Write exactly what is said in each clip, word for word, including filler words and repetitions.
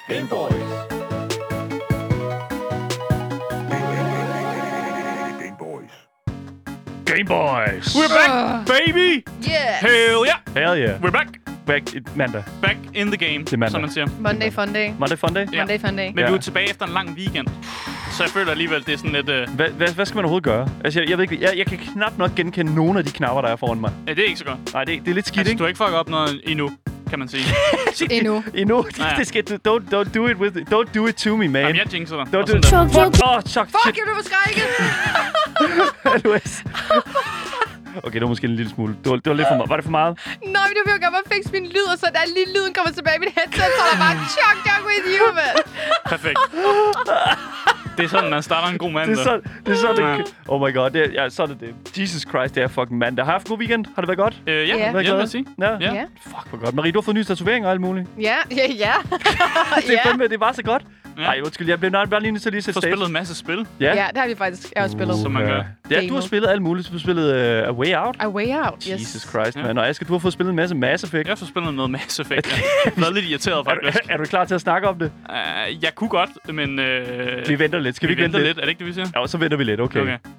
Game Boys. Game Boys. Game Boys. We're back, baby! Yes! Hell yeah! Hell yeah. We're back. Back i mandag. Back in the game, Det er mandag. som man siger. Monday fun day. Monday fun day? Ja. Monday fun day. Men Ja. vi er jo tilbage efter en lang weekend. Så jeg føler alligevel, det er sådan lidt... Uh... Hvad, hvad, hvad skal man overhovedet gøre? Altså, jeg, jeg ved ikke, jeg, jeg kan knap nok genkende nogle af de knapper, der er foran mig. Ja, det er ikke så godt. Nej, det, det er lidt skidt, Altså, ikke? du har ikke fucket op noget endnu, kan man sige. Endnu. Endnu. Nej. Det skal, don't, don't do it with, don't do it to me, man. Jamen, jeg jinxer dig. Don't Og do sådan it. der. Fuck! Åh, oh, fuck, Fuck, shit. jeg blev forskrækket! Louise. Okay, det var måske en lille smule. Det var, det var lidt for meget. Var det for meget? Nå, men det var jo godt, at fikse min lyd, og så da lige lyden kommer tilbage i mit headset, så er der bare chok, chok with you, man. Perfekt. Det er sådan, man starter en god mandag. Det er sådan, det er sådan, Ja. det, oh my god, det er, ja, sådan er det. Jesus Christ, det er fucking mandag. Har I haft en god weekend? Har det været godt? Øh, ja, Ja. ja, Været jeg glad? vil sige. Ja. Ja. Ja. Fuck, hvor godt. Marie, du har fået nye tatoveringer og alt muligt. Ja, ja, ja. Det er ja. fandme, det var så godt. Ja. Nej, undskyld, jeg blev nok bare lige nødt til lige at Få sætte spillet en masse spil. Ja. Ja, det har vi faktisk jeg har spillet. Som man gør. Ja, du har Gamet. spillet alt muligt. Du har spillet uh, A Way Out. A Way Out, yes. Jesus Christ, Ja. man. Og Aske, du har fået spillet en masse Mass Effect. Jeg har fået spillet noget Mass Effect. Jeg er blevet lidt irriteret, Er, faktisk. du- er du klar til at snakke om det? Uh, jeg kunne godt, men... Uh, Vi venter lidt. Skal vi, vi ikke vente venter lidt? lidt. Er det ikke det, vi siger? Ja, så venter vi lidt, okay. Okay.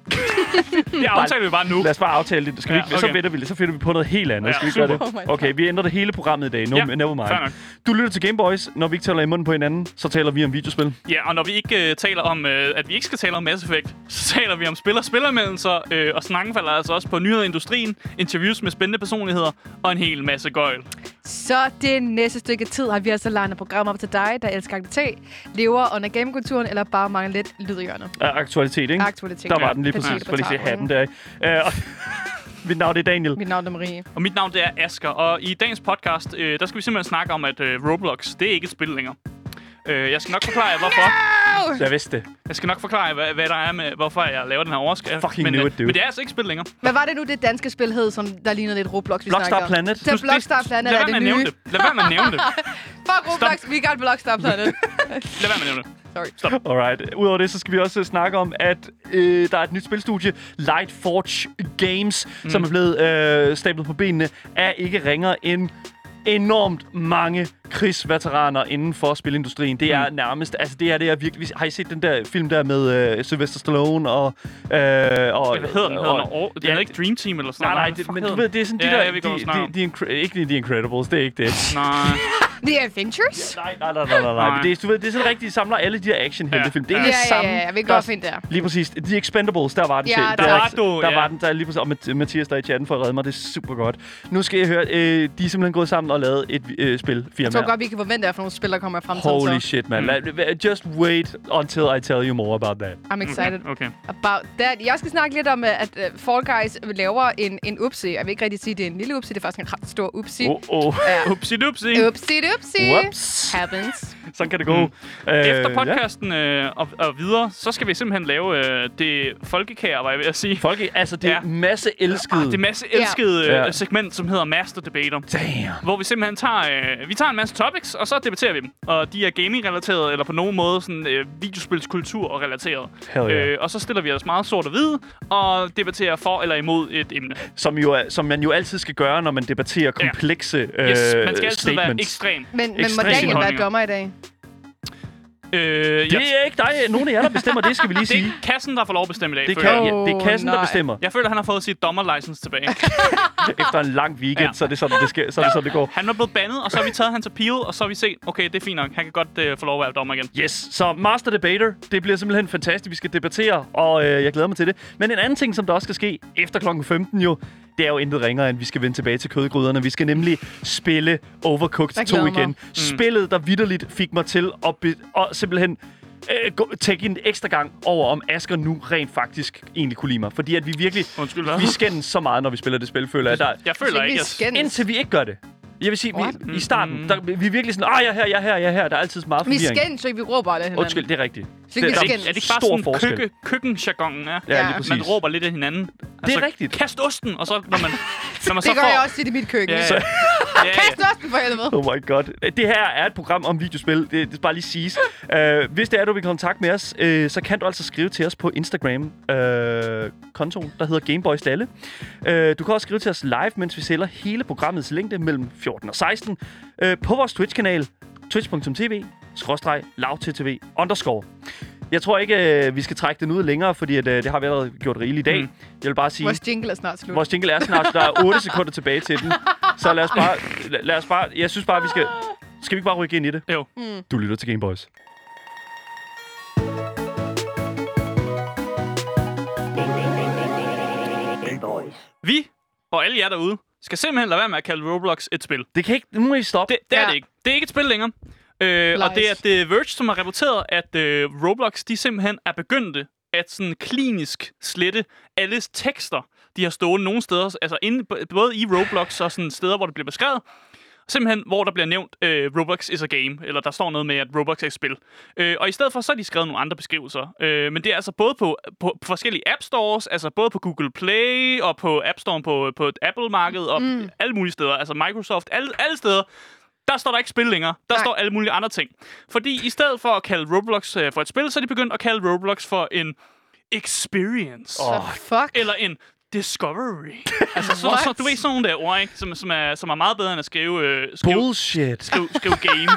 Det aftaler vi bare nu. Lad os bare aftale det. Skal vi Ja, ikke? Så okay. venter vi lidt. Så finder vi på noget helt andet. Ja, Skal vi ikke gøre super. det? Oh my God. Okay, vi ændrer det hele programmet i dag. No, Ja, never mind. fair nok. Du lytter til Game Boys. Når vi ikke taler i munden på hinanden, så taler vi om videospil. Ja, og når vi ikke uh, taler om, uh, at vi ikke skal tale om Mass Effect, så taler vi om spil og spilleranmeldelser, uh, og snakken falder altså også på nyheder i industrien, interviews med spændende personligheder og en hel masse gøjl. Så det næste stykke tid har vi altså legnet program op til dig, der elsker aktivitet, lever under gamekulturen, eller bare mangler lidt lydhjørne. Uh, aktualitet, ikke? Aktualitet. Der var Ja, den lige det er præcis. på Prøv lige at se tavlen. hatten der, ikke? Uh, mit navn er Daniel. Mit navn er Marie. Og mit navn det er Asger, og i dagens podcast, uh, der skal vi simpelthen snakke om, at uh, Roblox, det er ikke et spil længere. Uh, jeg skal nok forklare jer, hvorfor. Så jeg vidste det. Jeg skal nok forklare jer, hvad, hvad der er med, hvorfor jeg laver den her overskrift. Fucking men, knew uh, it, dude. men det er altså ikke et spil længere. Hvad var det nu, det danske spil hed, som der lignede lidt Roblox, vi Blockstar snakker om? Planet. Det er Blockstar Planet, Lad er være med det at nævne nye. det. Lad være med at nævne det. Fuck Roblox, we got Blockstar Planet. Lad være med at nævne det. Sorry. Alright. Udover det, så skal vi også snakke om, at øh, der er et nyt spilstudie, Lightforge Games, mm. som er blevet øh, stablet på benene, er ikke ringere end enormt mange krigsveteraner inden for spilindustrien. Det er mm. nærmest... Altså, det er det er virkelig... Har I set den der film der med øh, Sylvester Stallone og... Øh, og Hvad hedder den? Hedder den og, over? Den ja, er ikke Dream Team eller sådan Nej, nej, noget. det, Hvad men hedder du den? ved, det er sådan de Ja, der... jeg ved godt, hvad du snakker om. de, de, de, ikke The Incredibles, det er ikke det. Nej. The Adventures? Nej, nej, nej, nej, nej. Nej. Men det, er, du ved, det er sådan rigtigt, de samler alle de der actionheltefilm. Det er Ja, det ja, samme. ja, ja. Jeg ved der- godt finde det her. Lige præcis. The Expendables, der var den Ja, til. der Der, var du, der ja. var den, der er lige præcis. Og Mat- Mathias, der er i chatten for at redde mig. Det er super godt. Nu skal jeg høre, øh, de er simpelthen gået sammen og lavet et øh, spil. Jeg tror godt, vi kan forvente, at for nogle spil, der kommer i fremtiden. Holy så. shit, man. Mm. Lad- Just wait until I tell you more about that. I'm excited Okay. about that. Jeg skal snakke lidt om, at uh, Fall Guys laver en, en upsi. Jeg vil ikke rigtig sige, at det er en lille upsi. Det er faktisk en ret stor upsi. Oh, oh. Ja. Upsi dupsi. Upsi dupsi. Whoops. Happens. Sådan kan det gå. Mm. Øh, Efter ja. podcasten øh, og, og videre, så skal vi simpelthen lave øh, det folkekære, var jeg ved at sige. Folk, altså det er Ja. masse elskede. Ah, det masse elskede Ja. øh, segment, som hedder Master Debater. Damn. Hvor vi simpelthen tager, øh, vi tager en masse topics, og så debatterer vi dem. Og de er gaming-relateret, eller på nogen måde sådan øh, videospilskultur og relateret. Hell yeah. Øh, og så stiller vi os meget sort og hvide, og debatterer for eller imod et emne. Som, jo er, som man jo altid skal gøre, når man debatterer komplekse øh, Yes, man skal altid statements. være ekstrem. Men, men må Ekstreme Daniel være holdninger. dommer i dag? Øh, Det er ikke dig. Nogen af jer, der bestemmer det, skal vi lige det er sige. kassen, der får lov at bestemme i dag. Det, føler kan, jeg. ja, det er kassen, Åh, der nej. bestemmer. Jeg føler, han har fået sit dommerlicense tilbage. Efter en lang weekend, Ja. så er det sådan, det, skal, så er det, sådan, det går. Han var blevet bandet, og så har vi taget hans appeal, og så har vi set, okay, det er fint nok. Han kan godt øh, få lov at være dommer igen. Yes, så Master Debater, det bliver simpelthen fantastisk. Vi skal debattere, og øh, jeg glæder mig til det. Men en anden ting, som der også skal ske efter klokken femten jo, det er jo intet ringere, end vi skal vende tilbage til kødgryderne. Vi skal nemlig spille Overcooked Jeg to glæder mig. igen. Mm. Spillet, der vitterligt fik mig til at be- og simpelthen øh, gå, tage en ekstra gang over, om Asger nu rent faktisk egentlig kunne lide mig. Fordi at vi virkelig, Undskyld, hvad? vi skændes så meget, når vi spiller det spil, føler jeg. Der, Jeg føler ikke, vi at... skændes. indtil vi ikke gør det. Jeg vil sige, What? vi, i starten, der, vi er virkelig sådan, ah, jeg er her, jeg er her, jeg er her. Der er altid så meget Vi forvirring. skændes, så ikke vi råber af hinanden. Undskyld, det er rigtigt. Så ikke vi der- skændes. Er det ikke bare Stor sådan, forskel. køkke, køkkenjargonen er? Ja, Ja. lige præcis. Man råber lidt af hinanden. Altså, rigtigt. Kast osten, og så når man, når man så Det gør får... jeg også tit i mit køkken. Ja, Så. ja. Ja, ja. Kast osten for helvede. Oh my god. Det her er et program om videospil. Det, det skal bare lige siges. Uh, hvis det er, du vil kontakte med os, uh, så kan du altså skrive til os på Instagram-kontoen, uh, der hedder Gameboys Dalle. Uh, du kan også skrive til os live, mens vi sælger hele programmets længde mellem fjorten og seksten uh, på vores Twitch-kanal, twitch punktum tv skråstreg lavttv underscore. Jeg tror ikke, øh, vi skal trække den ud længere, fordi at, øh, det har vi allerede gjort rigeligt i dag. Mm. Jeg vil bare sige... Vores jingle er snart slut. Vores jingle er snart, der er otte sekunder tilbage til den. Så lad os bare... Lad, lad os bare jeg synes bare, vi skal... Skal vi ikke bare rykke ind i det? Jo. Mm. Du lytter til Gameboys. Vi og alle jer derude skal simpelthen lade være med at kalde Roblox et spil. Det kan ikke... Nu må I stoppe. Det, det er Ja. det ikke. Det er ikke et spil længere. Øh, og det er The Verge, som har rapporteret, at øh, Roblox de simpelthen er begyndte at sådan klinisk slette alles tekster, de har stået nogle steder, altså inde, både i Roblox og sådan steder, hvor det bliver beskrevet, simpelthen, hvor der bliver nævnt, øh, Roblox is a game, eller der står noget med, at Roblox er et spil. Øh, og i stedet for, så har de skrevet nogle andre beskrivelser. Øh, men det er altså både på, på, på forskellige app stores, altså både på Google Play, og på App Store på, på Apple-markedet, og mm. alle mulige steder, altså Microsoft, alle, alle steder. Der står der ikke spil længere. Der Nej. står alle mulige andre ting. Fordi i stedet for at kalde Roblox øh, for et spil, så er de begyndt at kalde Roblox for en experience. Oh, fuck. Eller en discovery. altså, så, så, du ved sådan nogle der ord, ikke? Som, som, er, som er meget bedre end at skrive... Øh, skrive Bullshit. Skrive, skrive game.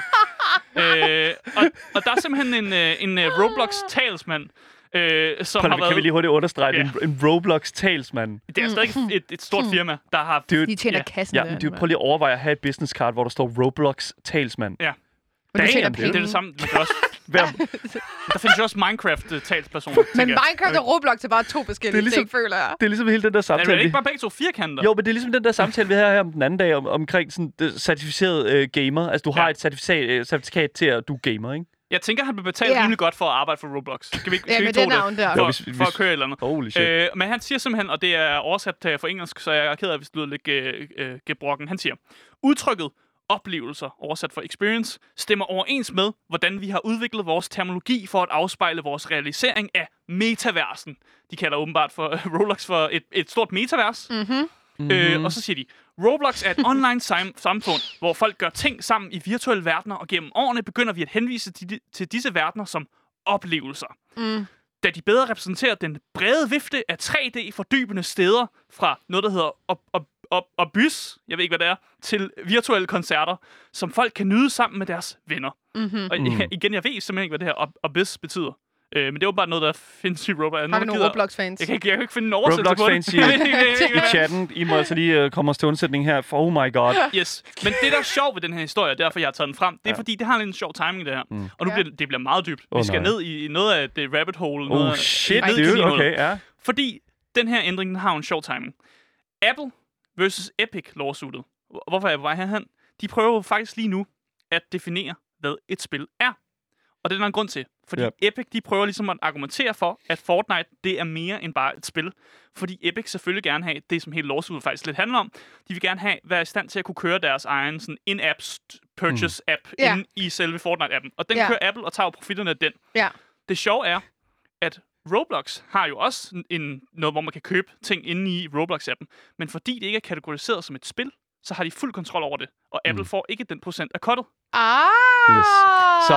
øh, og, og der er simpelthen en, øh, en uh, Roblox-talsmand, øh, som Prøv, har kan været... vi lige hurtigt understrege, Ja. en, en Roblox-talsmand. Det er stadig et, et stort firma, der har... Det er jo- De tjener Ja. kassen. Ja, der, men du prøv lige at overveje at have et business card, hvor der står Roblox-talsmand. Ja. Men du tjener Damn, det er Det penge. er det samme. Man kan også, Hvem? der findes jo også Minecraft-talspersoner. Men tænker jeg. Minecraft og Roblox er bare to forskellige Det er ligesom- ting, føler jeg. Det er ligesom hele den der Er samtale. det vi- ikke bare begge to firkanter? Jo, men det er ligesom den der samtale, vi havde her om den anden dag, om, omkring sådan det certificeret øh, gamer. Altså, du har Ja. et certifikat, øh, certifikat til, at du er gamer, ikke? Jeg tænker, han bliver betalt Ja. rimelig godt for at arbejde for Roblox. Skal vi ikke, Ja, skal vi med ikke det tro navn der. For, Jo, hvis- for at hvis- køre et eller andet. Holy shit. Øh, men han siger simpelthen, og det er oversat til for engelsk, så jeg er ked af, hvis det lyder lidt øh, øh, gebrokken. Han siger, udtrykket oplevelser, oversat for experience, stemmer overens med, hvordan vi har udviklet vores terminologi for at afspejle vores realisering af metaversen. De kalder åbenbart for uh, Roblox for et, et stort metavers. Mm-hmm. Øh, og så siger de, Roblox er et online sam- samfund, hvor folk gør ting sammen i virtuelle verdener, og gennem årene begynder vi at henvise til, de, til disse verdener som oplevelser. Mm. Da de bedre repræsenterer den brede vifte af tre D-fordybende steder fra noget, der hedder op, op, op, Abyss, jeg ved ikke, hvad det er, til virtuelle koncerter, som folk kan nyde sammen med deres venner. Mm-hmm. Og Mm. igen, jeg ved simpelthen ikke, hvad det her Ob- Abyss betyder. Øh, men det er jo bare noget, der findes i Roblox. Har vi nogle Roblox-fans? Jeg kan, ikke, jeg kan ikke finde en oversættelse på Roblox-fans det. siger- Jeg ved ikke, jeg ved ikke, I hvad det er. chatten, I må altså lige uh, komme os til undsætning her. For oh my god. Yes. Men det, der er sjovt ved den her historie, derfor jeg har taget den frem, det er, Ja. fordi det har lidt en sjov timing, det her. Mm. Og nu Ja. bliver det bliver meget dybt. Åh, Vi skal nej. ned i noget af det rabbit hole. noget Oh af- shit, ned i dude. kaninhullet. Okay, ja. Fordi den her ændring, den har jo en sjov timing. Apple versus Epic lawsuitet. Hvorfor er jeg på vej herhen? De prøver jo faktisk lige nu at definere, hvad et spil er. Og det er der en grund til. Fordi Ja. Epic, de prøver ligesom at argumentere for, at Fortnite, det er mere end bare et spil. Fordi Epic selvfølgelig gerne have det, som hele lawsuitet faktisk lidt handler om. De vil gerne have, være i stand til at kunne køre deres egen sådan in-app st- purchase-app Ja. inde i selve Fortnite-appen. Og den Ja. kører Apple og tager jo profitterne af den. Ja. Det sjove er, at Roblox har jo også en, noget, hvor man kan købe ting inde i Roblox-appen. Men fordi det ikke er kategoriseret som et spil, så har de fuld kontrol over det. Og Apple Mm. får ikke den procent af cuttet. Ah! Yes. Så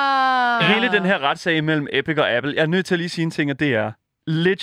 Ja. hele den her retssag mellem Epic og Apple, jeg er nødt til at lige sige en ting, og det er... Leg-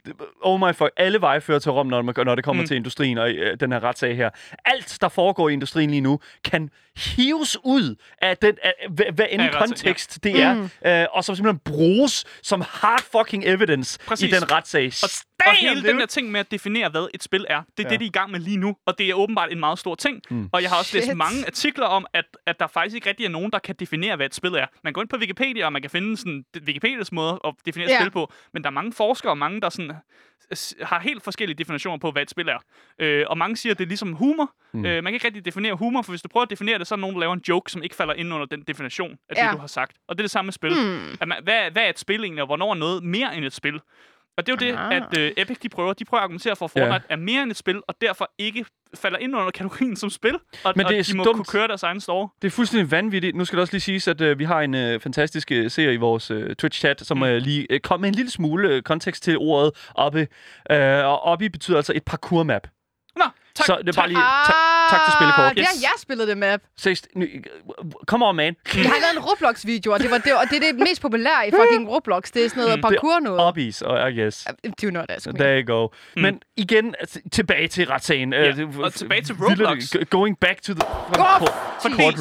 oh my fuck, alle veje fører til Rom, når, man, når det kommer Mm. mm. til industrien og øh, den her retssag her. Alt, der foregår i industrien lige nu, kan hives ud af den, af, hvad, hvad end Af retssag, kontekst det er, Mm. øh, og som simpelthen bruges som hard fucking evidence Præcis. i den retssag. Og, Damn, og hele dude. den der ting med at definere, hvad et spil er, det er Ja. det, de er i gang med lige nu. Og det er åbenbart en meget stor ting. Mm. Og jeg har også læst Shit. mange artikler om, at, at der faktisk ikke rigtig er nogen, der kan definere, hvad et spil er. Man går ind på Wikipedia, og man kan finde sådan, Wikipedias måde at definere Ja. spil på. Men der er mange forskere og mange, der sådan, s- har helt forskellige definitioner på, hvad et spil er. Øh, og mange siger, at det er ligesom humor. Mm. Mm. Øh, man kan ikke rigtig definere humor, for hvis du prøver at definere det, så er der nogen, der laver en joke, som ikke falder ind under den definition af Ja. det, du har sagt. Og det er det samme med spil. Hmm. At man, hvad, hvad er et spil egentlig, og hvornår er noget mere end et spil? Og det er jo det, Ah. at øh, Epic de prøver. De prøver at argumentere for, at Fortnite Ja. er mere end et spil, og derfor ikke falder ind under kategorien som spil. Og, Men det er og så de må dumt. kunne køre deres egen store. Det er fuldstændig vanvittigt. Nu skal det også lige siges, at øh, vi har en øh, fantastisk øh, seer i vores øh, Twitch-chat, som Mm. øh, lige øh, kom med en lille smule øh, kontekst til ordet oppe. Øh, og oppe betyder altså et parkour-map. Nå, tak. Så det er tak. bare lige... ta- tak til Spillekort. Ah, Det har Yes. jeg spillet det map. Seriøst, nu- come on, man. Jeg har lavet en Roblox-video, og det, var det, og det er det mest populære i fucking Roblox. Det er sådan noget Mm. parkour noget. Hobbies, og I guess. Do you know that, Squeak? There you go. Mm. Men igen, altså, tilbage til retssagen. Ja, Øh, og tilbage til vildt- Roblox. Going back to the Gå op! court- Fordi courtroom.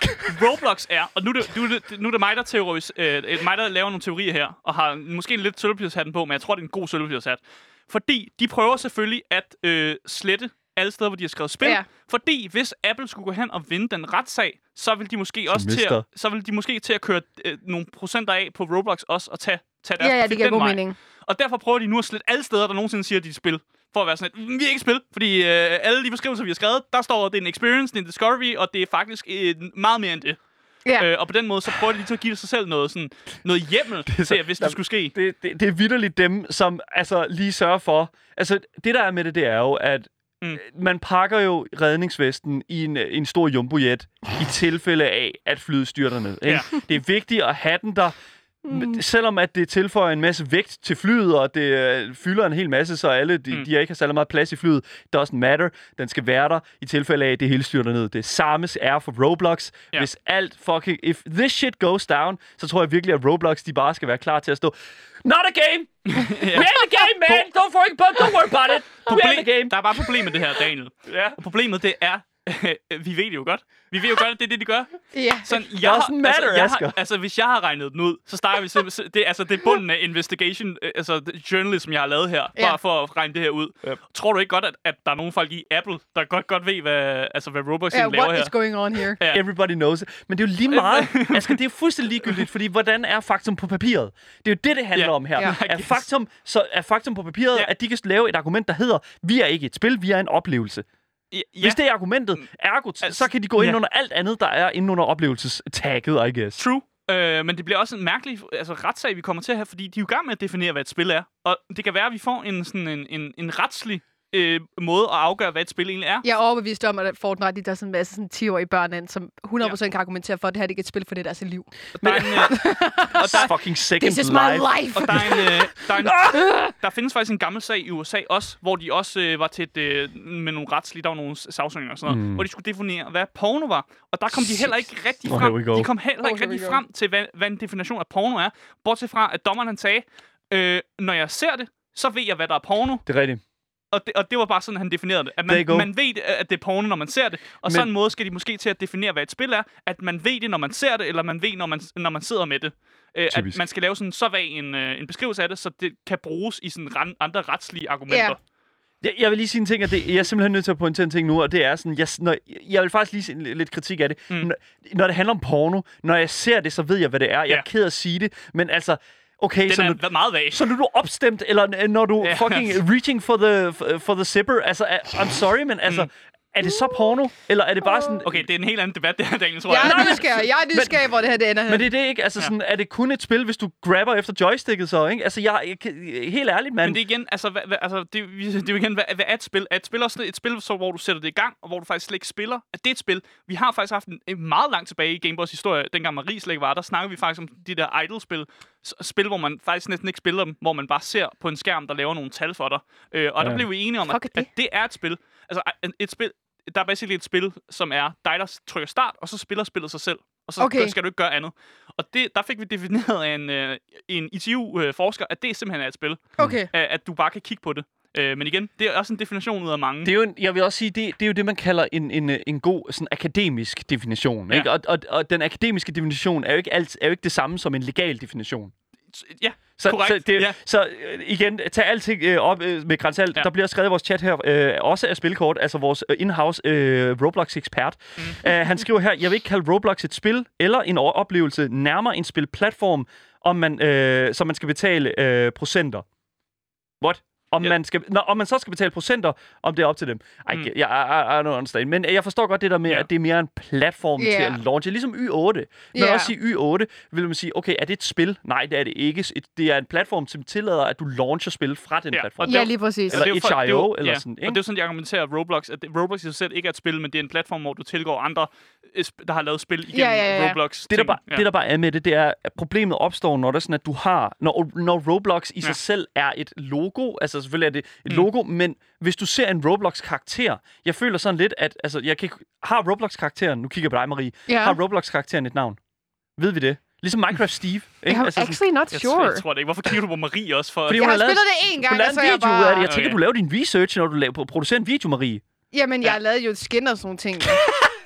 Roblox er, og nu er det, nu er det, nu er det mig, der teoris, øh, mig, der laver nogle teorier her, og har måske en lidt sølvpapirshatten på, men jeg tror, det er en god sølvpapirshat. Fordi de prøver selvfølgelig at øh, slette alle steder, hvor de har skrevet spil. Ja. Fordi hvis Apple skulle gå hen og vinde den retssag, så vil de måske Som også til at, så vil de måske til at køre øh, nogle procenter af på Roblox også og tage, tage deres Ja, ja, det giver god vej. mening. Og derfor prøver de nu at slette alle steder, der nogensinde siger, at de er spil. For at være sådan et, vi er ikke spil, fordi øh, alle de beskrivelser, vi har skrevet, der står, at det er en experience, det er en discovery, og det er faktisk øh, meget mere end det. Ja. Øh, og på den måde, så prøver de lige til at give sig selv noget, sådan, noget hjemmel til, så, hvis det skulle ske. Det, det, det er vitterligt dem, som altså, lige sørger for... Altså, det der er med det, det er jo, at mm. man pakker jo redningsvesten i en, en stor jumbojet i tilfælde af, at flyet styrter ned. Ikke? Ja. Det er vigtigt at have den der... Mm. Selvom at det tilføjer en masse vægt til flyet, og det øh, fylder en hel masse, så alle de, mm. de ikke har særlig meget plads i flyet. Doesn't matter. Den skal være der i tilfælde af, at det hele styrter ned. Det samme er for Roblox. Ja. Hvis alt fucking... If this shit goes down, så tror jeg virkelig, at Roblox, de bare skal være klar til at stå... Not a game! We're in the game, man! Don't worry, don't worry about it! We're in the game! Der er bare problemet med det her, Daniel. Ja. Og problemet, det er... vi ved det jo godt. Vi ved jo godt, at det er det, de gør. Ja. Sådan, jeg har, matter, altså, jeg har, altså, hvis jeg har regnet den ud, så starter vi simpelthen... Det, altså, det er bunden af investigation, altså journalism, jeg har lavet her, ja. Bare for at regne det her ud. Yep. Tror du ikke godt, at, at der er nogle folk i Apple, der godt godt ved, hvad, altså, hvad Roblox yeah, laver her? What is going on here? Ja. Everybody knows it. Men det er jo lige meget... altså, det er fuldstændig ligegyldigt, fordi hvordan er faktum på papiret? Det er jo det, det handler yeah. om her. Yeah. Er, faktum, så er faktum på papiret, yeah. at de kan lave et argument, der hedder, vi er ikke et spil, vi er en oplevelse. Ja. Hvis det er argumentet, ergo, altså, så kan de gå ind ja. under alt andet, der er inde under oplevelsestagget, I guess. True. Øh, men det bliver også en mærkelig altså, retssag, vi kommer til her, fordi de er jo i gang med at definere, hvad et spil er. Og det kan være, at vi får en, sådan en, en, en retslig øh, måde at afgøre, hvad et spil egentlig er. Jeg er overbevist om, at Fortnite, der er sådan en masse sådan ti-årige børn ind, som hundrede procent ja. kan argumentere for, at det her det ikke er et spil, for det er deres liv. Og der er en, øh, og der er fucking second This is my life. Og der, er en, øh, der, er en, der findes faktisk en gammel sag i U S A også, hvor de også øh, var til et, øh, med nogle retslige, der var nogle sagsøgninger og sådan noget, mm. hvor de skulle definere, hvad porno var. Og der kom de heller ikke rigtig frem. Oh, de kom heller ikke oh, rigtig frem til, hvad, hvad en definition af porno er. Bortset fra, at dommeren han sagde, øh, når jeg ser det, så ved jeg, hvad der er porno. Det er rigtigt. Og det, og det var bare sådan, han definerede det. At man, man ved, at det er porno, når man ser det. Og men, sådan en måde skal de måske til at definere, hvad et spil er. At man ved det, når man ser det, eller man ved, når man, når man sidder med det. Øh, at man skal lave sådan så vag en, øh, en beskrivelse af det, så det kan bruges i sådan ran, andre retslige argumenter. Yeah. Jeg, jeg vil lige sige en ting, at det, jeg er simpelthen nødt til at pointere en ting nu, og det er sådan, jeg, når, jeg vil faktisk lige sige lidt kritik af det. Mm. Når, når det handler om porno, når jeg ser det, så ved jeg, hvad det er. Jeg er yeah. ked af at sige det, men altså... Okay, den så er nu, meget vag. Så nu er du opstemt, eller når du yeah. fucking reaching for the, for the zipper. Altså, I'm sorry, men altså... Mm. Er det så porno, eller er det bare sådan... Okay, det er en helt anden debat, det her, Daniel, tror jeg. Jeg er nysgerrig, jeg er nysgerrig, hvor det her det ender. Men det er det ikke, altså sådan, ja. Er det kun et spil, hvis du grabber efter joysticket så, ikke? Altså, jeg er helt ærligt, mand. Men det er igen, altså, hvad, altså det, det er jo igen, hvad, hvad er et spil? Er et spil også et spil, så, hvor du sætter det i gang, og hvor du faktisk slet ikke spiller? Er det et spil? Vi har faktisk haft en, en meget langt tilbage i Game Boys historie, dengang Marie slet ikke var der, snakkede vi faktisk om de der idle-spil. Spil, hvor man faktisk næsten ikke spiller dem, hvor man bare ser på en skærm, der laver nogle tal for dig. Øh, og ja. Der blev vi enige om, at, at det er et spil. Altså, et spil... Der er basically et spil, som er dig, der trykker start, og så spiller spillet sig selv. Og så okay. skal du ikke gøre andet. Og det, der fik vi defineret af en, øh, en I T U-forsker, at det simpelthen er et spil. Okay. At, at du bare kan kigge på det. Øh, men igen, det er også en definition ud af mange. Det er jo en, jeg vil også sige, det, det er jo det, man kalder en, en, en god sådan, akademisk definition. Ja. Ikke? Og, og, og den akademiske definition er jo, ikke alt, er jo ikke det samme som en legal definition. Ja, så, korrekt. Så, det, ja. så igen, tag alting øh, op øh, med grænsalt. Ja. Der bliver skrevet i vores chat her, øh, også af Spilkort, altså vores øh, in-house øh, Roblox-ekspert. Mm. Uh, han skriver her, jeg vil ikke kalde Roblox et spil eller en oplevelse, nærmere en spilplatform, om man, øh, som man skal betale øh, procenter. What? Om, ja. man skal, når, om man så skal betale procenter, om det er op til dem. I, mm. jeg, I, I don't understand. Men jeg forstår godt det der med, yeah. at det er mere en platform yeah. til at launche. Ligesom Y otte. Men yeah. også i Y otte vil man sige, okay, er det et spil? Nej, det er det ikke. Det er en platform, som tillader, at du launcher spil fra den ja. platform. Ja, lige præcis. Eller itch punktum i o, eller ja. sådan. Ikke? Og det er jo sådan, jeg argumenterer, at Roblox, at Roblox i sig selv ikke er et spil, men det er en platform, hvor du tilgår andre, der har lavet spil igennem ja, ja, ja. Roblox. Det der, bare, ja. det, der bare er med det, det er, at problemet opstår, når det er sådan, at du har... Når, når Roblox i ja. sig selv er et logo, altså selvfølgelig er det et logo, mm. men hvis du ser en Roblox-karakter, jeg føler sådan lidt, at... Altså, jeg kan, har Roblox-karakteren... Nu kigger jeg på dig, Marie. Yeah. Har Roblox-karakteren et navn? Ved vi det? Ligesom Minecraft Steve. Ikke? I'm altså, actually not sure. Jeg, jeg tror det ikke. Hvorfor kigger du på Marie også? For... Fordi jeg har spillet det en gang, og så jeg bare... Jeg, jeg tænker, okay. du laver din research, når du laver, producerer en video, Marie. Jamen, jeg ja. lavede jo et skin og sådan nogle ting.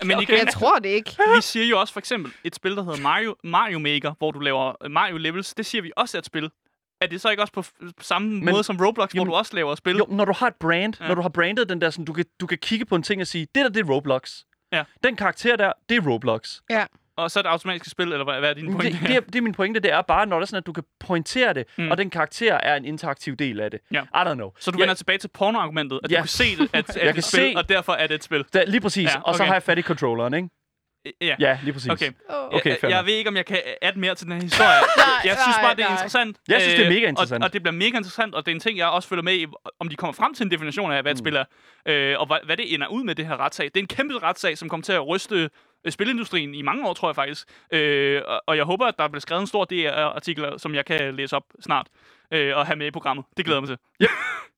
Men okay, jeg tror det ikke. Vi siger jo også for eksempel et spil, der hedder Mario, Mario Maker, hvor du laver Mario levels. Det siger vi også er et spil. Er det så ikke også på f- samme Men, måde som Roblox, jamen, hvor du også laver et spil? Jo, når du har et brand, ja. når du har brandet den der, sådan, du, kan, du kan kigge på en ting og sige, det der, det er Roblox. Ja. Den karakter der, det er Roblox. Ja. Og så er det automatiske spil, eller hvad, hvad er din pointe? Det, det, er, det er min pointe, det er bare, når det er sådan, at du kan pointere det, mm. og den karakter er en interaktiv del af det. Ja. I don't know. Så du ja. vender tilbage til pornoargumentet, at ja. du kan se det, at, at jeg det kan er et spil, se, og derfor er det et spil. Da, lige præcis, ja, okay. og så har jeg fat i controlleren, ikke? Ja, ja lige præcis. Okay. okay jeg, jeg ved ikke, om jeg kan adde mere til den her historie. nej, jeg synes bare, nej, det er nej. interessant. Jeg synes, det er mega interessant. Og, og det bliver mega interessant, og det er en ting, jeg også følger med i, om de kommer frem til en definition af, hvad et mm. spil er, øh, og hvad, hvad det ender ud med det her retssag. Det er en kæmpe retssag, som kommer til at ryste øh, spilindustrien i mange år, tror jeg faktisk. Øh, og, og jeg håber, at der bliver skrevet en stor D R-artikel, som jeg kan læse op snart, øh, og have med i programmet. Det glæder jeg mig til. Yep.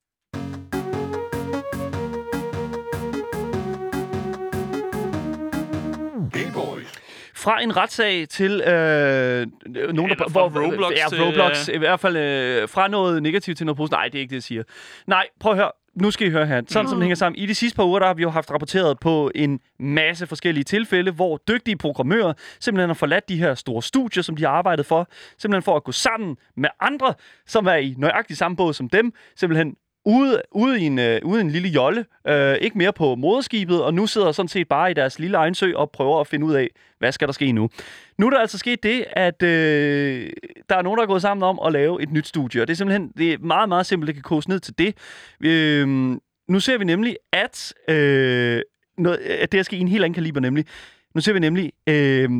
Fra en retssag til øh, nogen, der... Hvor Roblox ja, til... Roblox, i hvert fald øh, fra noget negativt til noget positivt. Nej, det er ikke det, jeg siger. Nej, prøv at høre. Nu skal I høre her. Sådan mm. som det hænger sammen. I de sidste par uger, der har vi jo haft rapporteret på en masse forskellige tilfælde, hvor dygtige programmører simpelthen har forladt de her store studier, som de har arbejdet for, simpelthen for at gå sammen med andre, som er i nøjagtig samme båd som dem, simpelthen Ude, ude, i en, øh, ude i en lille jolle, øh, ikke mere på moderskibet, og nu sidder sådan set bare i deres lille egen sø og prøver at finde ud af, hvad skal der ske nu. Nu er der altså sket det, at øh, der er nogen, der er gået sammen om at lave et nyt studie, og det er simpelthen det er meget, meget simpelt, det kan koges ned til det. Øh, nu ser vi nemlig, at, øh, noget, at det er sket i en helt anden kaliber, nemlig. Nu ser vi nemlig, øh,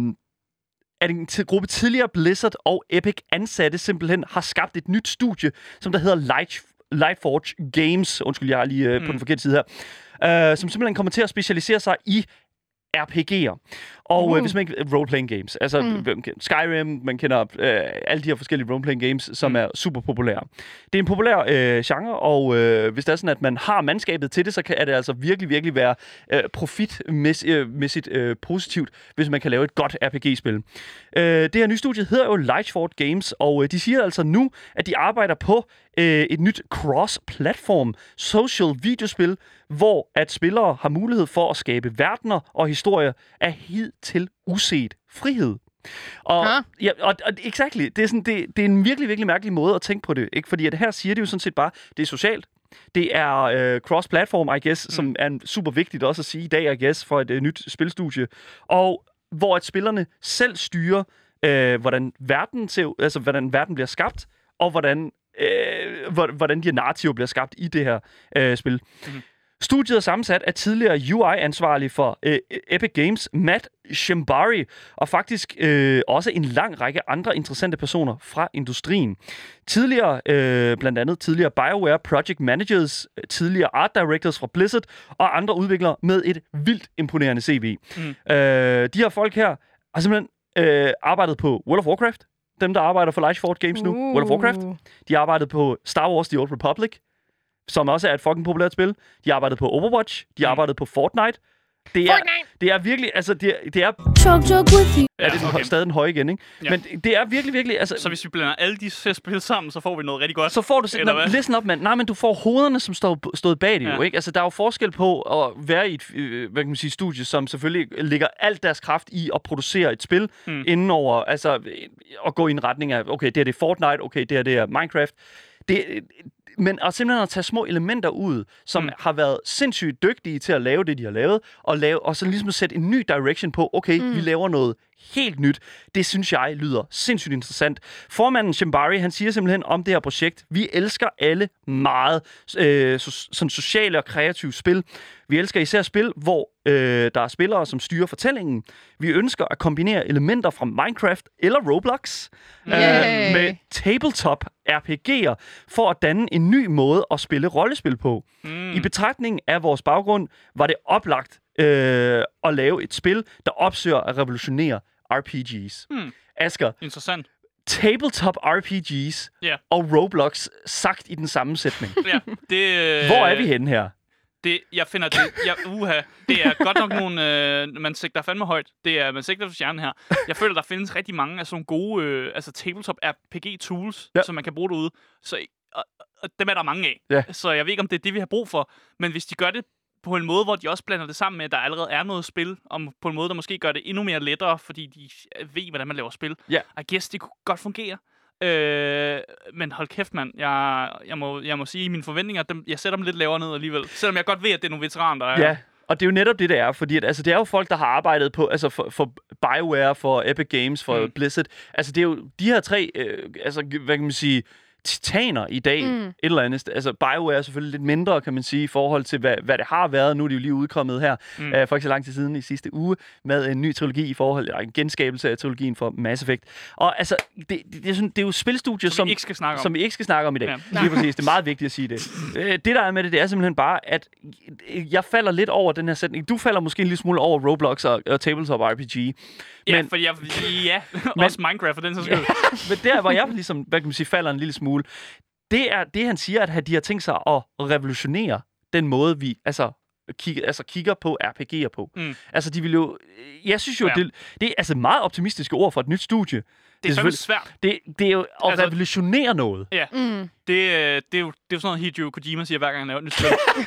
at en t- gruppe tidligere Blizzard og Epic ansatte simpelthen har skabt et nyt studie, som der hedder Light Lightforge Games, undskyld, jeg er lige øh, mm. på den forkerte side her, øh, som simpelthen kommer til at specialisere sig i R P G'er. Og mm. øh, hvis man ikke... Role-playing games. Altså mm. Skyrim, man kender øh, alle de her forskellige role-playing games, som mm. er super populære. Det er en populær øh, genre, og øh, hvis det er sådan, at man har mandskabet til det, så kan det altså virkelig, virkelig være øh, profitmæssigt øh, positivt, hvis man kan lave et godt R P G-spil. Øh, det her nye studie hedder jo Lightforge Games, og øh, de siger altså nu, at de arbejder på øh, et nyt cross-platform social videospil, hvor at spillere har mulighed for at skabe verdener og historier af hidtil uset frihed. Og, ja, og, og exactly, det er, sådan, det, det er en virkelig, virkelig mærkelig måde at tænke på det, ikke? Fordi at her siger det jo sådan set bare, det er socialt. Det er øh, cross-platform, I guess, mm. som er super vigtigt også at sige i dag, I guess, for et øh, nyt spilstudie. Og hvor at spillerne selv styrer, øh, hvordan verden ser, altså hvordan verden bliver skabt, og hvordan, øh, hvordan de her narrativer bliver skabt i det her øh, spil. Mm. Studiet er sammensat af tidligere U I-ansvarlig for øh, Epic Games, Matt Shembari, og faktisk øh, også en lang række andre interessante personer fra industrien. Tidligere, øh, blandt andet tidligere BioWare Project Managers, tidligere Art Directors fra Blizzard og andre udviklere med et vildt imponerende C V. Mm. Øh, de her folk her har simpelthen øh, arbejdet på World of Warcraft. Dem, der arbejder for Lightforge Games nu, uh. World of Warcraft. De har arbejdet på Star Wars The Old Republic, som også er et fucking populært spil. De har arbejdet på Overwatch. De har arbejdet på Fortnite. Det er, Fortnite. Det er virkelig, altså, det er... Det er chug, chug with you. Ja, det er okay. Stadig den høje igen, ikke? Ja. Men det er virkelig, virkelig... Altså, så hvis vi blander alle de spil sammen, så får vi noget rigtig godt? Så får du... Nå, listen up, man. Nej, men du får hovederne, som står, stod bag det ja. jo, ikke? Altså, der er jo forskel på at være i et, øh, hvad kan man sige, studie, som selvfølgelig lægger alt deres kraft i at producere et spil mm. inden over... Altså, at gå i en retning af, okay, det her det er Fortnite, okay, det her det er Minecraft. Det... Men at simpelthen at tage små elementer ud, som mm. har været sindssygt dygtige til at lave det, de har lavet, og, lave, og så ligesom at sætte en ny direction på, okay, mm. vi laver noget helt nyt. Det synes jeg lyder sindssygt interessant. Formanden Shembari, han siger simpelthen om det her projekt, vi elsker alle meget øh, so, sådan sociale og kreative spil. Vi elsker især spil, hvor øh, der er spillere, som styrer fortællingen. Vi ønsker at kombinere elementer fra Minecraft eller Roblox øh, med tabletop R P G'er for at danne en ny måde at spille rollespil på. Mm. I betragtning af vores baggrund var det oplagt øh, at lave et spil, der opsøger at revolutionere R P G's. Mm. Asger. Interessant. Tabletop R P G's yeah. og Roblox sagt i den samme sætning. Ja, det, øh... Hvor er vi henne her? Det, jeg finder det, jeg, uha, det er godt nok nogle, øh, man sigter fandme højt. Det er, man sigter for stjernen her. Jeg føler, der findes rigtig mange af sådan gode, øh, altså tabletop R P G-tools, ja. som man kan bruge derude. Så og, og dem er der mange af. Ja. Så jeg ved ikke, om det er det, vi har brug for. Men hvis de gør det på en måde, hvor de også blander det sammen med, at der allerede er noget spil, og på en måde, der måske gør det endnu mere lettere, fordi de ved, hvordan man laver spil. Ja. I guess, det kunne godt fungere. Øh, men hold kæft, mand. Jeg, jeg, må, jeg må sige, at mine forventninger, dem, jeg sætter dem lidt lavere ned alligevel. Selvom jeg godt ved, at det er nogle veteraner, der er. Ja. Og det er jo netop det, det er, fordi at, altså, det er jo folk, der har arbejdet på, altså for, for BioWare, for Epic Games, for mm. Blizzard. Altså det er jo de her tre, øh, altså hvad kan man sige, titaner i dag, mm. et eller andet. Altså BioWare er selvfølgelig lidt mindre, kan man sige, i forhold til, hvad, hvad det har været. Nu er det jo lige udkommet her, mm. øh, for ikke så lang tid siden i sidste uge, med en ny trilogi i forhold, eller en genskabelse af trilogien for Mass Effect. Og altså, det, det, det, er, sådan, det er jo spilstudier, som, som, vi ikke skal snakke om. som vi ikke skal snakke om i dag. Ja. Lige præcis, det er meget vigtigt at sige det. Det, der er med det, det er simpelthen bare, at jeg falder lidt over den her sætning. Du falder måske en lille smule over Roblox og, og Tabletop R P G. Men, ja, for jeg, ja, men, også Minecraft for den så skyld. Ja, men der, hvor jeg ligesom, hvad kan man sige, falder en lille smule, det er det, han siger, at de har tænkt sig at revolutionere den måde, vi altså, kigger, altså, kigger på R P G'er på. Mm. Altså, de vil jo... Jeg synes jo, ja. det, det er altså meget optimistiske ord for et nyt studie. Det er, det er svært. Det, det er jo at altså, revolutionere noget. Ja, mm. det, det, er jo, det er jo sådan noget, Hideo Kojima siger, hver gang han laver et nyt spil.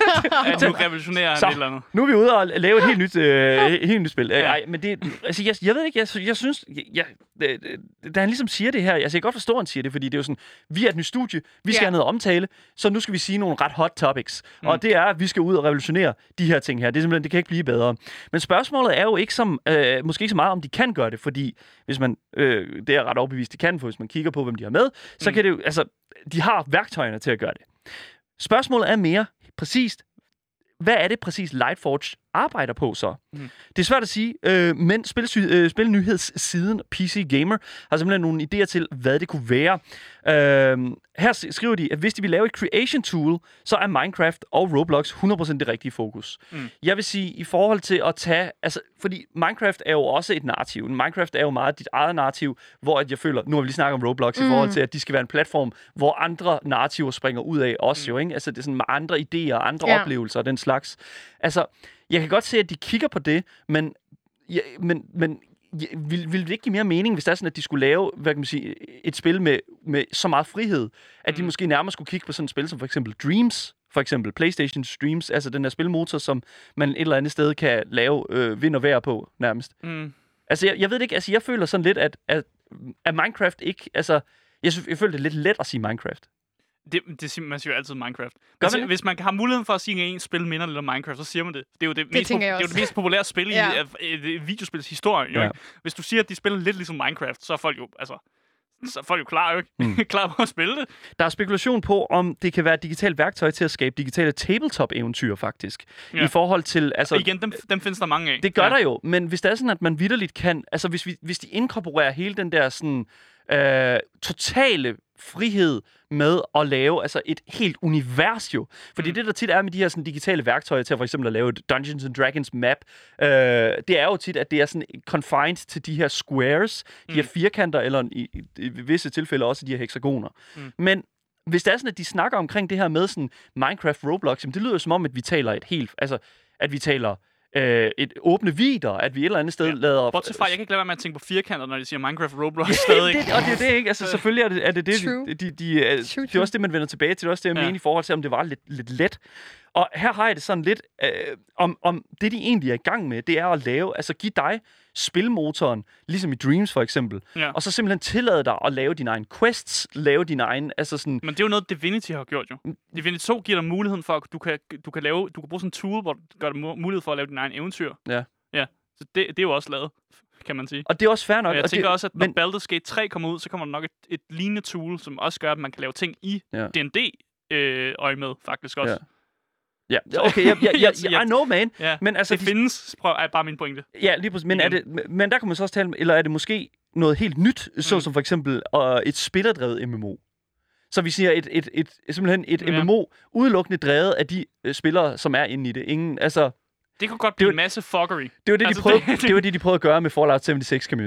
At nu revolutionerer han så, et eller andet. Nu er vi ude og lave et helt nyt, øh, helt nyt spil. Ja. Ej, men det, altså, jeg, jeg ved ikke, jeg, jeg synes... Jeg, jeg, da han ligesom siger det her, altså jeg kan godt forstå, at han siger det, fordi det er jo sådan, vi er et nyt studie, vi skal yeah. have noget omtale, så nu skal vi sige nogle ret hot topics. Mm. Og det er, at vi skal ud og revolutionere de her ting her. Det er simpelthen, det kan ikke blive bedre. Men spørgsmålet er jo ikke som, øh, måske ikke så meget, om de kan gøre det, fordi hvis man, øh, det er ret overbevist, de kan, for hvis man kigger på, hvem de har med, så mm. kan det jo, altså, de har værktøjerne til at gøre det. Spørgsmålet er mere præcist, hvad er det præcis Lightforge arbejder på så? Mm. Det er svært at sige, øh, men spil, øh, spilnyhedssiden P C Gamer har simpelthen nogle idéer til, hvad det kunne være. Øh, her skriver de, at hvis de vil lave et creation tool, så er Minecraft og Roblox hundrede procent det rigtige fokus. Mm. Jeg vil sige, i forhold til at tage... Altså, fordi Minecraft er jo også et narrativ. Minecraft er jo meget dit eget narrativ, hvor at jeg føler... Nu har vi lige snakket om Roblox mm. i forhold til, at de skal være en platform, hvor andre narrativer springer ud af også mm. jo, ikke? Altså, det er sådan med andre idéer, andre ja. oplevelser og den slags. Altså... Jeg kan godt se, at de kigger på det, men, ja, men, men ja, vil, vil det ikke give mere mening, hvis det er sådan, at de skulle lave, hvad kan man sige, et spil med, med så meget frihed, at mm. de måske nærmere skulle kigge på sådan et spil som for eksempel Dreams, for eksempel PlayStation Dreams, altså den der spilmotor, som man et eller andet sted kan lave øh, vind og vejr på, nærmest. Mm. Altså, jeg, jeg ved ikke, altså jeg føler sådan lidt, at, at, at Minecraft ikke, altså, jeg, jeg føler det er lidt let at sige Minecraft. Det, det siger man siger jo altid Minecraft. Hvis, man hvis man har muligheden for at sige, at en spil minder lidt om Minecraft, så siger man det. Det er jo det, det, mest, po- det, er jo det mest populære spil ja. i et, et videospils historie. Jo, ja. Hvis du siger, at de spiller lidt ligesom Minecraft, så er folk jo, altså, så er folk jo klar, jo ikke? Mm. klar på at spille det. Der er spekulation på, om det kan være et digitalt værktøj til at skabe digitale tabletop-eventyr, faktisk. Ja. I forhold til... Altså, og igen, dem, dem findes der mange af. Det gør ja. der jo, men hvis det er sådan, at man vitterligt kan... Altså, hvis, vi, hvis de inkorporerer hele den der sådan... Øh, totale frihed med at lave altså et helt univers jo. Fordi mm. det, der tit er med de her sådan, digitale værktøjer til at for eksempel at lave et Dungeons and Dragons map, øh, det er jo tit, at det er sådan confined til de her squares, mm. de her firkanter, eller i, i, i visse tilfælde også de her hexagoner. Mm. Men hvis det er sådan, at de snakker omkring det her med sådan Minecraft, Roblox, jamen, det lyder jo som om, at vi taler et helt... Altså, at vi taler... Øh, et åbne vider, at vi et eller andet sted ja. lader... Bortset fra, jeg kan ikke lade være med at tænke på firkanter, når de siger Minecraft Roblox stadig. det, og det er det, ikke? Altså, selvfølgelig er det er det, det, de, de, de, er, det er også det, man vender tilbage til. Det er også det, jeg ja. mener i forhold til, om det var lidt, lidt let. Og her har jeg det sådan lidt, øh, om, om det, de egentlig er i gang med, det er at lave, altså give dig spilmotoren, ligesom i Dreams for eksempel, ja. og så simpelthen tillade dig at lave dine egne quests, lave dine egne, altså sådan... Men det er jo noget, Divinity har gjort jo. Divinity to giver dig muligheden for, at du kan, du kan lave, du kan bruge sådan en tool, hvor du gør dig mulighed for at lave dine egne eventyr. Ja. Ja, så det, det er jo også lavet, kan man sige. Og det er også fair nok. Og jeg og tænker det, også, at når men... Baldur's Gate tre kommer ud, så kommer der nok et, et lignende tool, som også gør, at man kan lave ting i ja. D and D-øje øh, med, faktisk også. Ja. Ja, okay, jeg, jeg, jeg, jeg, I know, man. Ja, men altså, det findes, prøv, er bare min pointe. Ja, lige præcis. Men, er det, men der kan man så også tale, eller er det måske noget helt nyt, mm. så som for eksempel uh, et spillerdrevet M M O? Så vi siger et, et, et, simpelthen et ja. M M O udelukkende drevet af de uh, spillere, som er inde i det. Ingen, altså... Det kunne godt blive en masse fuckery. Det var det, altså, de prøvede, det, det... det var det, de prøvede at gøre med Fallout seventy-six, kan man jo sige.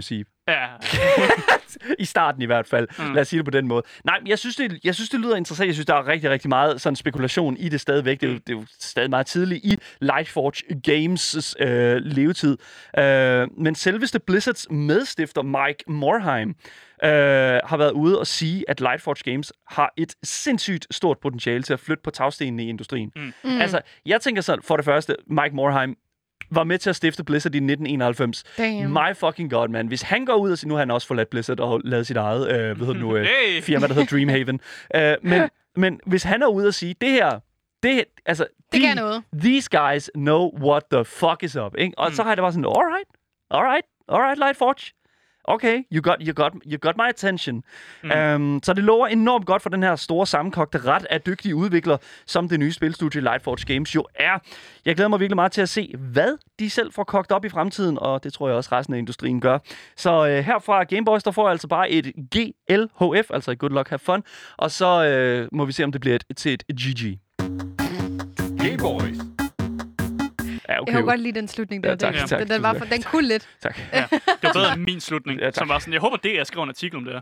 Ja. I starten i hvert fald. Mm. Lad os sige det på den måde. Nej, jeg synes, det, jeg synes, det lyder interessant. Jeg synes, der er rigtig, rigtig meget sådan spekulation i det stadigvæk. Det er jo, det er jo stadig meget tidligt i Lightforge Games' øh, levetid. Øh, men selveste Blizzards medstifter Mike Morhaime øh, har været ude og sige, at Lightforge Games har et sindssygt stort potentiale til at flytte på tagstenene i industrien. Mm. Mm. Altså, jeg tænker sådan, for det første, Mike Morhaime var med til at stifte Blizzard i nitten enoghalvfems. Damn. My fucking god, man. Hvis han går ud og siger, nu har han også forladt Blizzard og lavet sit eget øh, hvad hedder nu, øh, hey. firma, der hedder Dreamhaven. øh, men, men hvis han er ude og sige, det her, det, altså, det de, kan noget. These guys know what the fuck is up. Ikke? Og mm. så har jeg det bare sådan, alright, alright, alright, Lightforge. Okay, you got, you got, you got my attention. Mm. Um, så det lover enormt godt for den her store sammenkogte ret af dygtige udviklere, som det nye spilstudie Lightforge Games jo er. Jeg glæder mig virkelig meget til at se, hvad de selv får kogt op i fremtiden, og det tror jeg også resten af industrien gør. Så uh, her fra Gameboys, der får jeg altså bare et G L H F, altså good luck, have fun, og så uh, må vi se, om det bliver et, til et G G. Gameboys. Ja, okay. Jeg kan godt lide den slutning der. Ja, tak, den, tak, den, den, var for, den kunne lidt. Tak. Ja, det var bedre end min slutning, ja, som var sådan, jeg håber, det er skrevet en artikel om det her.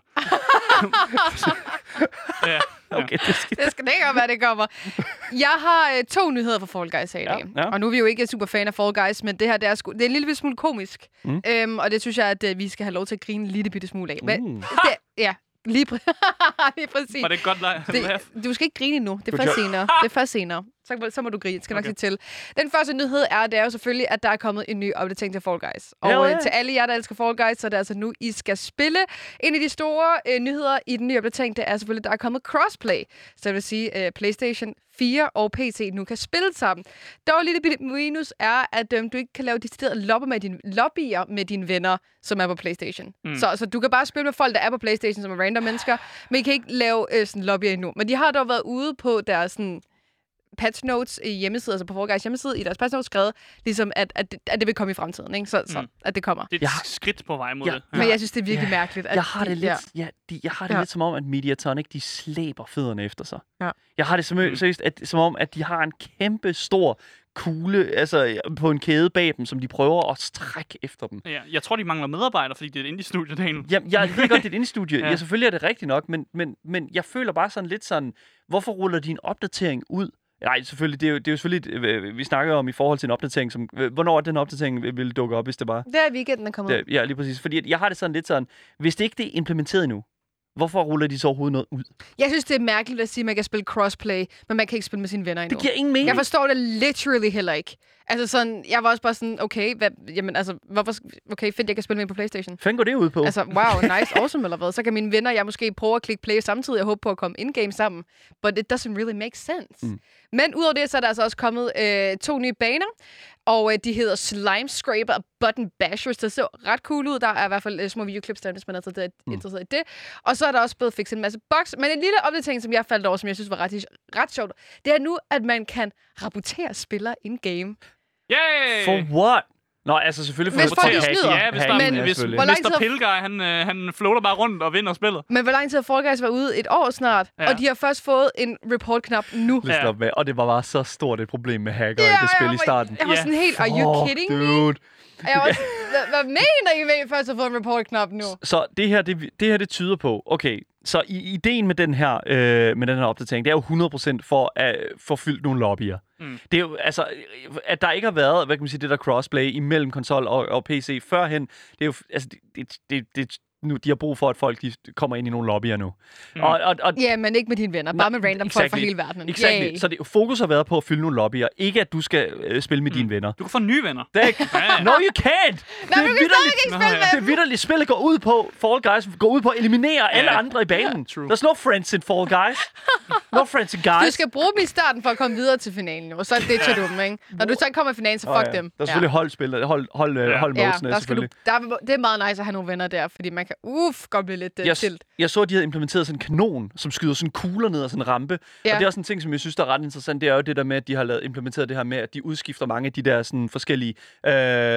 ja, okay, det skal det skal ikke være, det kommer. Jeg har øh, to nyheder for Fall Guys her i dag. Ja, ja. Og nu er vi jo ikke super fan af Fall Guys, men det her det er, sku, det er en lille smule komisk. Mm. Øhm, og det synes jeg, at øh, vi skal have lov til at grine en lille bitte smule af. Men, Mm. det, ja, lige, præ- lige præcis. var det et godt leg? Det, du skal ikke grine endnu. Det er først senere. Det er først senere. Så, så må du grine. Skal okay. nok sige til. Den første nyhed er, det er jo selvfølgelig, at der er kommet en ny opdatering til Fall Guys. Og ja, ja. til alle jer, der elsker Fall Guys, så er det altså nu, I skal spille. En af de store øh, nyheder i den nye opdatering, det er selvfølgelig, at der er kommet crossplay. Så det vil sige, at øh, PlayStation fire og P C nu kan spille sammen. Dog lille bitte minus er, at øhm, du ikke kan lave deciderede lobbyer med, din, lobbyer med dine venner, som er på PlayStation. Mm. Så, så du kan bare spille med folk, der er på PlayStation, som er random mennesker, men I kan ikke lave øh, sådan lobbyer endnu. Men de har dog været ude på deres sådan patch notes i hjemmeside, altså på Fall Guys hjemmeside, i deres patch notes skrevet, ligesom at, at, det, at det vil komme i fremtiden, ikke? Så, så mm. at det kommer. Det er et ja. skridt på vej mod ja. det. Ja. Men jeg synes, det er virkelig ja. mærkeligt. At jeg har det de, lidt, ja. ja, de, jeg har det ja. lidt som om, at Mediatonic, de slæber fødderne efter sig. Ja. Jeg har det som, mm. seriøst, at, som om, at de har en kæmpe stor kugle altså, på en kæde bag dem, som de prøver at strække efter dem. Ja, jeg tror, de mangler medarbejdere, fordi det er et indie-studie, Daniel. Ja, jeg ved godt, det er et indie-studie. ja. Ja, selvfølgelig er det rigtigt nok, men, men, men jeg føler bare sådan lidt sådan, hvorfor ruller de en opdatering ud? Nej, selvfølgelig. Det er jo, det er jo selvfølgelig, vi snakker om i forhold til en opdatering, som, hvornår den opdatering ville dukke op, hvis det bare... Det er weekenden, der kommer ud. Ja, lige præcis. Fordi jeg har det sådan lidt sådan, hvis det ikke det er implementeret endnu, hvorfor ruller de så overhovedet noget ud? Jeg synes, det er mærkeligt at sige, at man kan spille crossplay, men man kan ikke spille med sine venner endnu. Det giver ingen mening. Jeg forstår det literally heller ikke. Altså sådan, jeg var også bare sådan, okay, hvad, jamen altså, hvorfor, okay, fedt, jeg kan spille med på PlayStation. Fanden går det ud på? Altså, wow, nice, awesome eller hvad. Så kan mine venner, jeg måske prøve at klikke play samtidig, og håbe på at komme in-game sammen. But it doesn't really make sense. Mm. Men udover det, så er der altså også kommet øh, to nye baner, og øh, de hedder Slime Scraper og Button Bashers. Det ser ret cool ud. Der er i hvert fald øh, små videoklips der, hvis man er mm. interesseret i det. Og så er der også blevet fikset en masse bugs. Men en lille opdatering, som jeg faldt over, som jeg synes var ret, ret sjovt, det er nu, at man kan rapportere spillere in-game. Yay! For what? Nå, altså selvfølgelig for hvis folk de snyder. Ja, hvis, der, men, ja, hvis mister Pilguy, han, øh, han floater bare rundt og vinder spillet. Men hvor lang tid har Fall Guys været ude? Et år snart. Ja. Og de har først fået en report-knap nu. Ja. Op med. Og det var bare så stort et problem med hacker ja, i det spil var, i starten. Jeg var sådan helt, are you kidding me? Dude. Jeg var også, hvad mener I med, at I først har fået en report-knap nu? Så det her, det, det her, det tyder på, okay, så i, ideen med den her, øh, med den her opdatering, det er jo hundrede procent for at få fyldt nogle lobbyer. Mm. Det er jo, altså, at der ikke har været, hvad kan man sige, det der crossplay imellem konsol og, og P C førhen, det er jo, altså, det, det, det, nu, de har brug for, at folk de kommer ind i nogle lobbyer nu. Mm. Og, og, og, ja, men ikke med dine venner, bare med random exactly. folk fra hele verden. Exactly. Så det, fokus har været på at fylde nogle lobbyer, ikke at du skal øh, spille med mm. dine venner. Du kan få nye venner. Det er, no, you can't! Nej, det du kan ikke spille med Det er vitterligt, spillet går ud på, Fall Guys går ud på at eliminere yeah. alle andre i banen. Yeah, There's no friends in Fall Guys. No friends in guys. Du skal bruge dem i starten for at komme videre til finalen, og så ditcher du dem, ikke? Når du så kommer i finalen, så fuck oh, ja. dem. Der er selvfølgelig ja. holdspil, hold, hold, ja. hold ja, modesene, selvfølgelig. Du, der er, det er meget nice at have nogle venner der, fordi man kan, uff, godt blive lidt uh, jeg, tilt. Jeg så, at de havde implementeret sådan en kanon, som skyder sådan kugler ned og sådan en rampe. Ja. Og det er også en ting, som jeg synes, der er ret interessant. Det er jo det der med, at de har lavet, implementeret det her med, at de udskifter mange af de der sådan forskellige øh,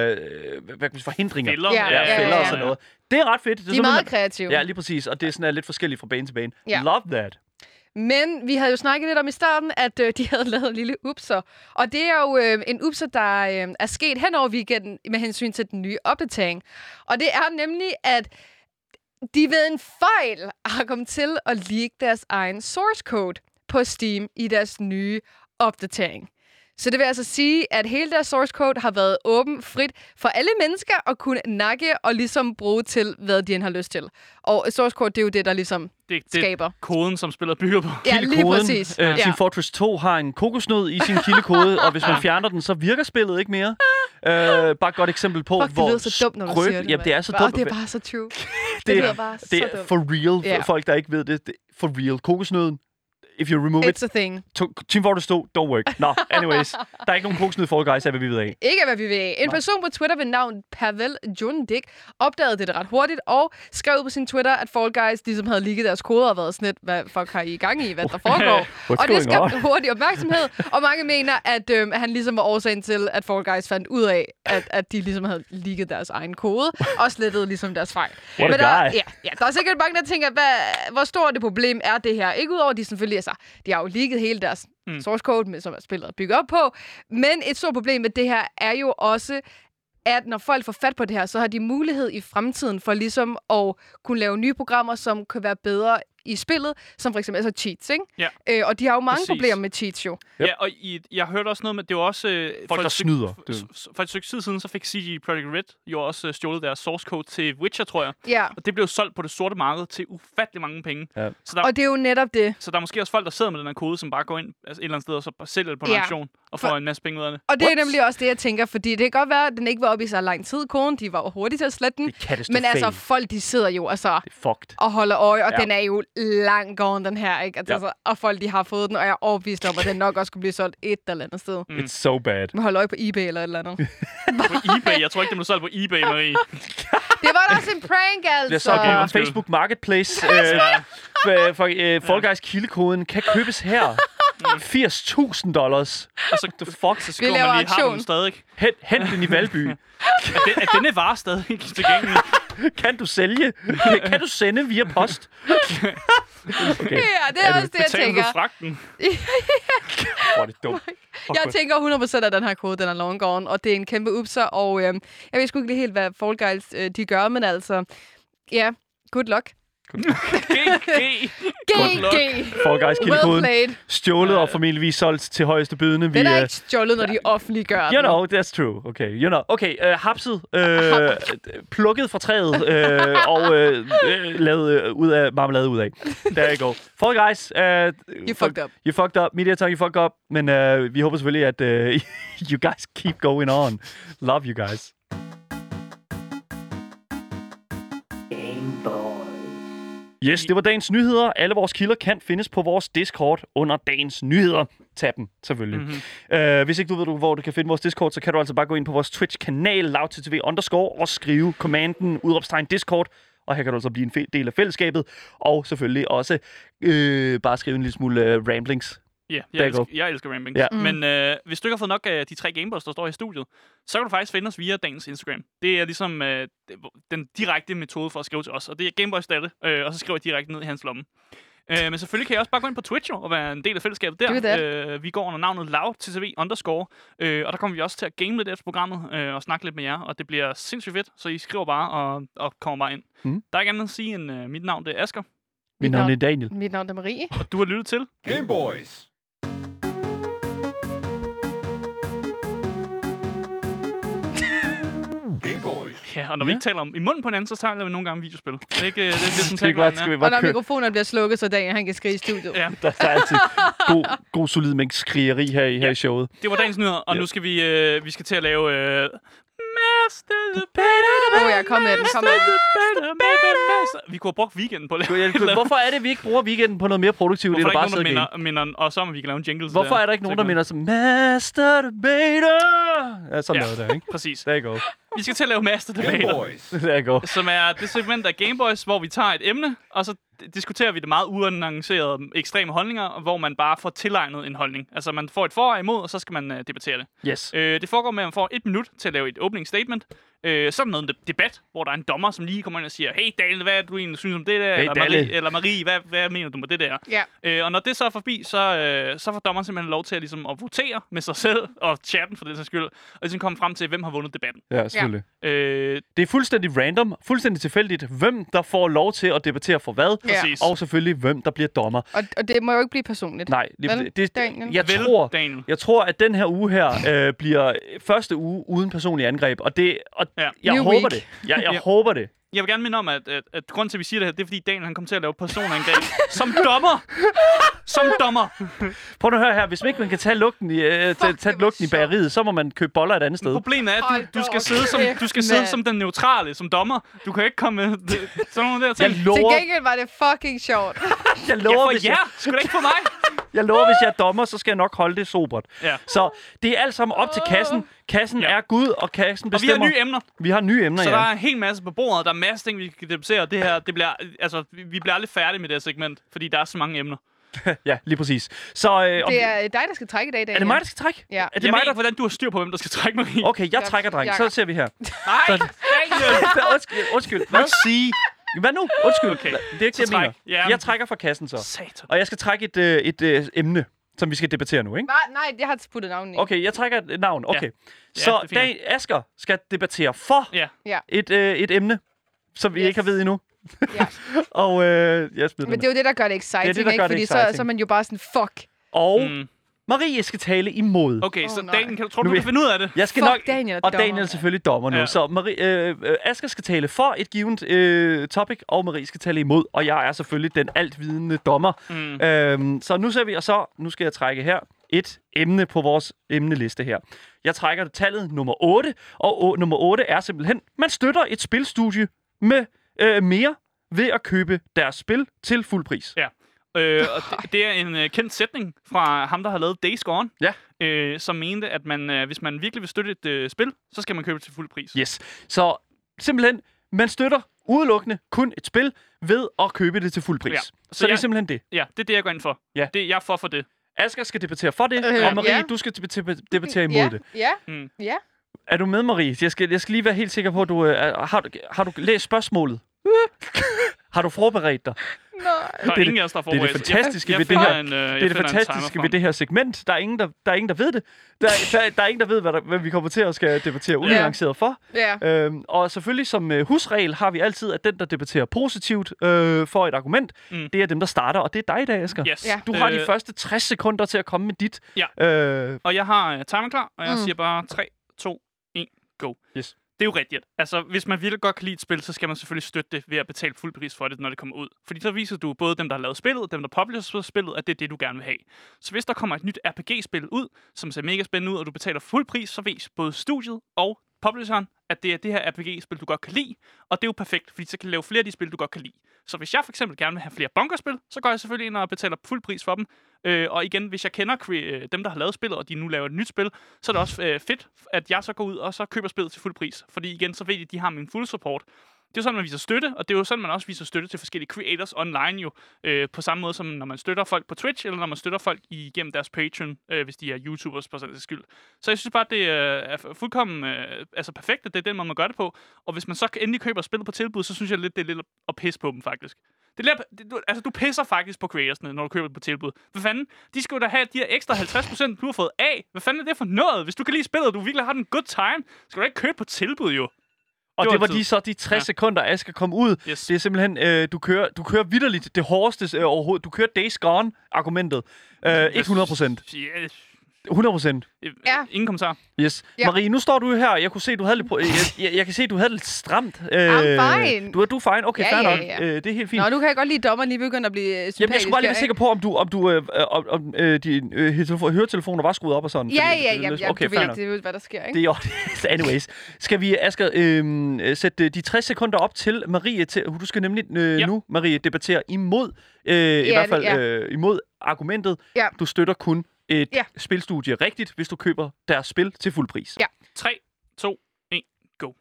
hvad kan man, forhindringer. Fælder. Ja, ja, ja, fælder og sådan noget. Det er ret fedt. Det er de er meget man, kreative. Ja, lige præcis. Og det er sådan er lidt forskelligt fra bane til bane. Ja. Love that. Men vi havde jo snakket lidt om i starten, at øh, de havde lavet en lille upser. Og det er jo øh, en upser, der øh, er sket hen over weekenden med hensyn til den nye opdatering. Og det er nemlig, at de ved en fejl har kommet til at leak deres egen source code på Steam i deres nye opdatering. Så det vil altså sige, at hele deres source code har været åben frit for alle mennesker at kunne nakke og ligesom bruge til, hvad de end har lyst til. Og source code, det er jo det, der ligesom det, det skaber. Koden, som spillet bygger på. Ja, lige Kildekoden. præcis. Øh, Ja. Team Fortress to har en kokosnød i sin kildekode, og hvis man fjerner den, så virker spillet ikke mere. Øh, bare et godt eksempel på, Fuck, det hvor lyder så dumt, når du skrøb- siger det. Jamen, det er så mand. dumt. Åh, det er bare så true. Det, det, lyder bare det så er dumt. for real. Ja. For folk, der ikke ved det. det for real. Kokosnøden. If you remove It's it. a thing. To, Team Fortress to, don't work. Nå, anyways. Der er ikke nogen kokosnød Fall Guys, af hvad vi ved af. Ikke hvad vi vil. En person på Twitter ved navn Pavel Jundik opdagede det ret hurtigt og skrev på sin Twitter, at Fall Guys ligesom havde ligget deres koder og været sådan lidt, hvad fuck har I i gang i, hvad der foregår. What's Og det going skabte on? hurtig opmærksomhed, og mange mener, at øhm, han ligesom var årsagen til, at Fall Guys fandt ud af, at, at de ligesom havde ligget deres egen kode og slettet ligesom deres fejl. What a Men der, guy. ja, ja, der er sikkert mange, der tænker, hvad, hvor stort det problem er det her. Ikke udover, at de selvfølgelig, altså, de har jo ligget hele deres mm. source code, med, som er spillet bygget op på. Men et stort problem med det her er jo også, at når folk får fat på det her, så har de mulighed i fremtiden for ligesom at kunne lave nye programmer, som kan være bedre i spillet, som for eksempel altså cheats, ikke? Ja. Øh, og de har jo mange Præcis. problemer med cheats, jo. Ja, og i, jeg hørte også noget med, det var også... Øh, Folk, for der et stykke- snyder. For, Det- for, for et stykke tid siden, så fik C D Projekt Red jo også øh, stjålet deres source code til Witcher, tror jeg. Ja, Og det blev solgt på det sorte marked til ufattelig mange penge. Ja. Så, der, og det er jo netop det. så der er måske også folk, der sidder med den her kode, som bare går ind altså et eller andet sted, og så bare sælger det på en Ja. auktion, og får For- en masse penge ud af det. Og det er What? nemlig også det, jeg tænker, fordi det kan godt være, at den ikke var oppe i så lang tid, koden. De var jo hurtige til at slette den. Det er katastrofalt. Men altså, folk, de sidder jo altså Det er fucked. og holder øje, og Ja. ja. den er jo langt gone, den her, ikke? Altså, Ja. altså, og folk, de har fået den, og jeg er overbevist om, at den nok også skulle blive solgt et eller andet sted. Mm. It's so bad. Man holder øje på eBay eller et eller andet. På eBay. Jeg tror ikke, det blev solgt på eBay, Marie. Det var da også en prank, Det bliver altså. solgt på undskyld. Facebook Marketplace. øh, for, for øh, Fall Guys kildekoden kan købes her. firs tusind dollars. Og så, The fuck? så Vi skriver laver man lige, har du aktion. den stadig? Hent, hent den i Valby. Er, den, er denne vare stadig ikke tilgængelig? Kan du sælge? Kan du sende via post? Okay. Ja, det er, også det, jeg Betaler tænker. du fragten? Hvor er det dumt. Fuck, Jeg hvor- tænker hundrede procent, at den her kode, den er long gone, og det er en kæmpe upser, og øh, jeg ved sgu ikke lige helt, hvad Fall Guys øh, de gør, men altså, ja, good luck. G, G. G, Good luck. G. Fall Guys Well kildekoden. played. Stjålet og formentlig solgt til højeste bydende. Vi, Den er øh, ikke stjålet, når de offentliggør You den. know, that's true. Okay, you know. Okay, uh, hapset, uh, plukket fra træet uh, og uh, uh, lavet uh, ud af marmelade ud af. There you go. Fall Guys. Uh, You fucked up. You fucked up. Mediatalk, you fucked up. Men uh, vi håber selvfølgelig, at uh, you guys keep going on. Love you guys. Yes, det var dagens nyheder. Alle vores kilder kan findes på vores Discord under dagens nyheder. Tag dem, selvfølgelig. Mm-hmm. Uh, hvis ikke du ved, hvor du kan finde vores Discord, så kan du altså bare gå ind på vores Twitch-kanal, lavttv underscore, og skrive kommanden, udråbstegn Discord. Og her kan du altså blive en fe- del af fællesskabet. Og selvfølgelig også øh, bare skrive en lille smule uh, ramblings. Ja, Der jeg, elsker, går. jeg elsker Rambling. Ja. Mm. Men øh, hvis du ikke har fået nok af de tre Gameboys, der står i studiet, så kan du faktisk finde os via dagens Instagram. Det er ligesom øh, det- den direkte metode for at skrive til os. Og det er Gameboys Statte, øh, og så skriver jeg direkte ned i hans lomme. Øh, men selvfølgelig kan jeg også bare gå ind på Twitch jo, og være en del af fællesskabet der. Do that. Øh, vi går under navnet lavttv underscore, øh, og der kommer vi også til at game lidt efter programmet øh, og snakke lidt med jer, og det bliver sindssygt fedt, så I skriver bare og, og kommer bare ind. Mm. Der er ikke andet at sige end, øh, mit navn det er Asger, Mit navn er Daniel. Mit navn er Marie. og du har lyttet til Game Boys. Game Boys. Ja, og når vi Ja. ikke taler om i munden på hinanden, så taler vi nogle gange videospil. Det er ikke det, er det, det, Skal vi bare, skal vi Og bare når køre? mikrofonerne bliver slukket, så Daniel han kan skrige i studiet. Ja, Der, der er altid god, god solid mængde skrigeri her, i, her i showet. det var dagens nyheder, og Ja. nu skal vi, øh, vi skal til at lave... Øh, Master Åh oh, ja, kom med den, kom med den. Vi kunne have brugt weekenden på at lave et eller andet. Hvorfor er det, vi ikke bruger weekenden på noget mere produktivt, Hvorfor end er at der bare ikke sidde nogen, og der minder, minder os om, at vi kan lave en jingle? til Hvorfor det er der ikke nogen, der segment? minder som Master Debater? Ja, sådan Ja. noget der, ikke? Præcis. There you go. Vi skal til at lave Master Game Debater, Boys. There you go. som er det segment af Gameboys, hvor vi tager et emne, og så d- diskuterer vi det meget uannoncerede ekstreme holdninger, hvor man bare får tilegnet en holdning. Altså, man får et for og imod, og så skal man uh, debattere det. Yes. Øh, det foregår med, at man får et minut til at lave et opening statement, Øh, så er der noget debat, hvor der er en dommer, som lige kommer ind og siger, hey Daniel, hvad er du egentlig synes om det der? Hey, eller, Dalle. Marie, eller Marie, hvad, hvad mener du med det der? Ja. Øh, og når det så er forbi, så, øh, så får dommeren simpelthen lov til at, ligesom, at votere med sig selv og chatten for det sags skyld, og ligesom komme frem til, hvem har vundet debatten. Ja, selvfølgelig. Øh, Det er fuldstændig random, fuldstændig tilfældigt, hvem der får lov til at debattere for hvad, Ja. præcis. og selvfølgelig hvem der bliver dommer. Og, og det må jo ikke blive personligt. Nej, lige, Vel, det, det, Daniel? jeg Vel, tror, Daniel. jeg tror, at den her uge her øh, bliver første uge uden personlig angreb, og det, og Ja. jeg New håber week. det. Jeg, jeg Ja. håber det. Jeg vil gerne minde om, at, at, at grunden til, at vi siger det her, det er, fordi Daniel han kommer til at lave personangreb som dommer. Som dommer. Prøv nu at høre her, hvis ikke man kan tage lugten i, øh, tage, det tage var lugten i sjovt. bageriet, så må man købe boller et andet sted. Problemet er, at Hold du, du skal dog sidde som kæft, du skal sidde mand. som den neutrale, som dommer. Du kan ikke komme med det- sådan nogle der Jeg ting. Til lover, gengæld var det fucking sjovt. jeg Ja, lover, for hvis jer. jeg, Sgu da ikke for mig. jeg lover, hvis jeg er dommer, så skal jeg nok holde det sobert. Ja. Så det er alt sammen op til kassen. Kassen Ja. er Gud, og kassen Og vi bestemmer. har nye emner, vi har nye emner, så ja. der er en hel masse på bordet. Der er masser ting, vi kan debattere. Det her, det bliver, altså, vi vi bliver aldrig færdige med det her segment, fordi der er så mange emner. Ja, lige præcis. Så øh, om, Det er dig, der skal trække i dag, Daniel. er det mig, der skal trække? Ja. Er det Jeg mig, ved der... ikke, hvordan du har styr på, hvem der skal trække mig i. Okay, jeg Ja, trækker, dreng. Så Jakob. ser vi her. Nej, Daniel. undskyld, undskyld. Hvad Hvad? sige? Hvad nu? Undskyld. Okay. Det er ikke Så det, jeg mener. træk. Ja. Jeg trækker fra kassen så. Satan. Og jeg skal trække et, øh, et øh, emne, som vi skal debattere nu, ikke? Nej, nej, jeg har puttet navnet i. Okay, jeg trækker et navn. Okay. Ja, Så det er fint. Dan Asger skal debattere for Ja. Ja. et, øh, et emne, som vi Yes. ikke har ved endnu. Ja. Og øh, jeg smider Men den. det er jo det, der gør det exciting, Det er det, der ikke? gør det Fordi så, exciting. så er man jo bare sådan, fuck. Og Mm. Marie skal tale imod. Okay, Åh, så nej. Daniel, kan du, tror du, Nu du vil- kan finde ud af det? Jeg skal Fuck, nok... Daniel er og dommer. Daniel er selvfølgelig dommer nu. Ja. Så Marie, øh, øh, Asger skal tale for et givet øh, topic, og Marie skal tale imod. Og jeg er selvfølgelig den altvidende dommer. Mm. Øhm, så nu ser vi, og så nu skal jeg trække her et emne på vores emneliste her. Jeg trækker tallet nummer otte, og å, nummer otte er simpelthen, man støtter et spilstudie med øh, mere ved at købe deres spil til fuld pris. Ja. Øh, og det, det er en øh, kendt sætning fra ham, der har lavet Days Gone, Ja. øh, som mente, at man, øh, hvis man virkelig vil støtte et øh, spil, så skal man købe det til fuld pris. Yes. Så simpelthen, man støtter udelukkende kun et spil ved at købe det til fuld pris. Ja. Så, Så så det er jeg- simpelthen det. Ja, det er det, jeg går ind for. Ja. Det, jeg er for for det. Asger skal debattere for det, Øh, og Marie, ja. du skal debattere, debattere imod ja, det. Ja, Mm. ja. Er du med, Marie? Jeg skal, jeg skal lige være helt sikker på, at du, øh, er- har, du, har du læst spørgsmålet? Har du forberedt dig? Nej. Der er det- ingen af os, der er det er det forberedt. fantastiske jeg, ved jeg det her. finder En, øh, jeg Det er det finder en fantastiske timer ved det her segment. Der er ingen, der, der, er ingen, der ved det. Der, der, der er ingen, der ved, hvad, der, hvad vi kommer til at skal debattere unuanceret for. Ja. Øhm, og selvfølgelig som øh, husregel har vi altid, at den, der debatterer positivt øh, for et argument, Mm. det er dem, der starter. Og det er dig i dag, Asger. Yes. Ja. Du har de Øh, første tres sekunder til at komme med dit. Ja. Øh, Og jeg har uh, timeren klar, og jeg Mm. siger bare tre, to, et, go. Yes. Det er jo rigtigt. Altså, hvis man virkelig godt kan lide et spil, så skal man selvfølgelig støtte det ved at betale fuld pris for det, når det kommer ud. Fordi så viser du både dem, der har lavet spillet, dem, der publisher spillet, at det er det, du gerne vil have. Så hvis der kommer et nyt R P G-spil ud, som ser mega spændende ud, og du betaler fuld pris, så vis både studiet og publisheren, at det er det her R P G-spil, du godt kan lide. Og det er jo perfekt, fordi så kan du lave flere af de spil, du godt kan lide. Så hvis jeg for eksempel gerne vil have flere bunkerspil, så går jeg selvfølgelig ind og betaler fuld pris for dem. Øh, og igen, hvis jeg kender cre- øh, dem, der har lavet spillet, og de nu laver et nyt spil, så er det også øh, fedt, at jeg så går ud og så køber spillet til fuld pris. Fordi igen, så ved de, at de har min fuld support. Det er jo sådan, man viser støtte, og det er jo sådan, man også viser støtte til forskellige creators online jo. Øh, på samme måde som når man støtter folk på Twitch, eller når man støtter folk igennem deres Patreon, øh, hvis de er YouTubers på sådan skyld. Så jeg synes bare, det øh, er fuldkommen øh, altså perfekt, at det er den måde, man gør det på. Og hvis man så endelig køber spillet på tilbud, så synes jeg lidt, det er lidt at pisse på dem faktisk. Det er lidt, det, du, altså, du pisser faktisk på creatorsne, når du køber det på tilbud. Hvad fanden? De skal jo da have de her ekstra halvtreds procent, du har fået af. Hvad fanden er det for noget? Hvis du kan lide spillet, og du virkelig har den good time, skal du da ikke købe på tilbud, jo. og det det var var de, så de tres Ja. sekunder, Asger kom ud. Yes. Det er simpelthen, øh, du kører, du kører vitterligt det hårdeste øh, overhovedet. Du kører Days Gone-argumentet. Øh, ikke hundrede procent. Ja, hundrede procent. Ja. Ingen kommentar. Yes. Ja. Marie, nu står du her. Jeg kunne se, du havde lidt... Pro- jeg, jeg, jeg kan se, du havde lidt stramt. Øh, I'm fine. Du er du er fine. Okay, Ja, fair ja, nok. ja. Øh, det er helt fint. Nå, nu kan jeg godt lide, at dommeren lige begynder at blive øh, sympatisk. Jamen, jeg skulle bare lige være her, sikker på, om du, om du øh, om, om øh, dine øh, høretelefoner- høretelefoner var skruet op og sådan. ikke? Ja, Fordi- ja, det- ja. det- ja Okay, du ved fair ikke, nok. det er jo, hvad der sker, ikke? Det er jo... Anyways. Skal vi, Asger, øh, sætte øh, de tres sekunder op til Marie? Til, du skal nemlig øh, Ja. nu, Marie, debattere imod, øh, i Ja, hvert fald ja. øh, imod argumentet. Ja. Du støtter kun et Ja. spilstudie rigtigt, hvis du køber deres spil til fuld pris. Ja. tre, to, et, go.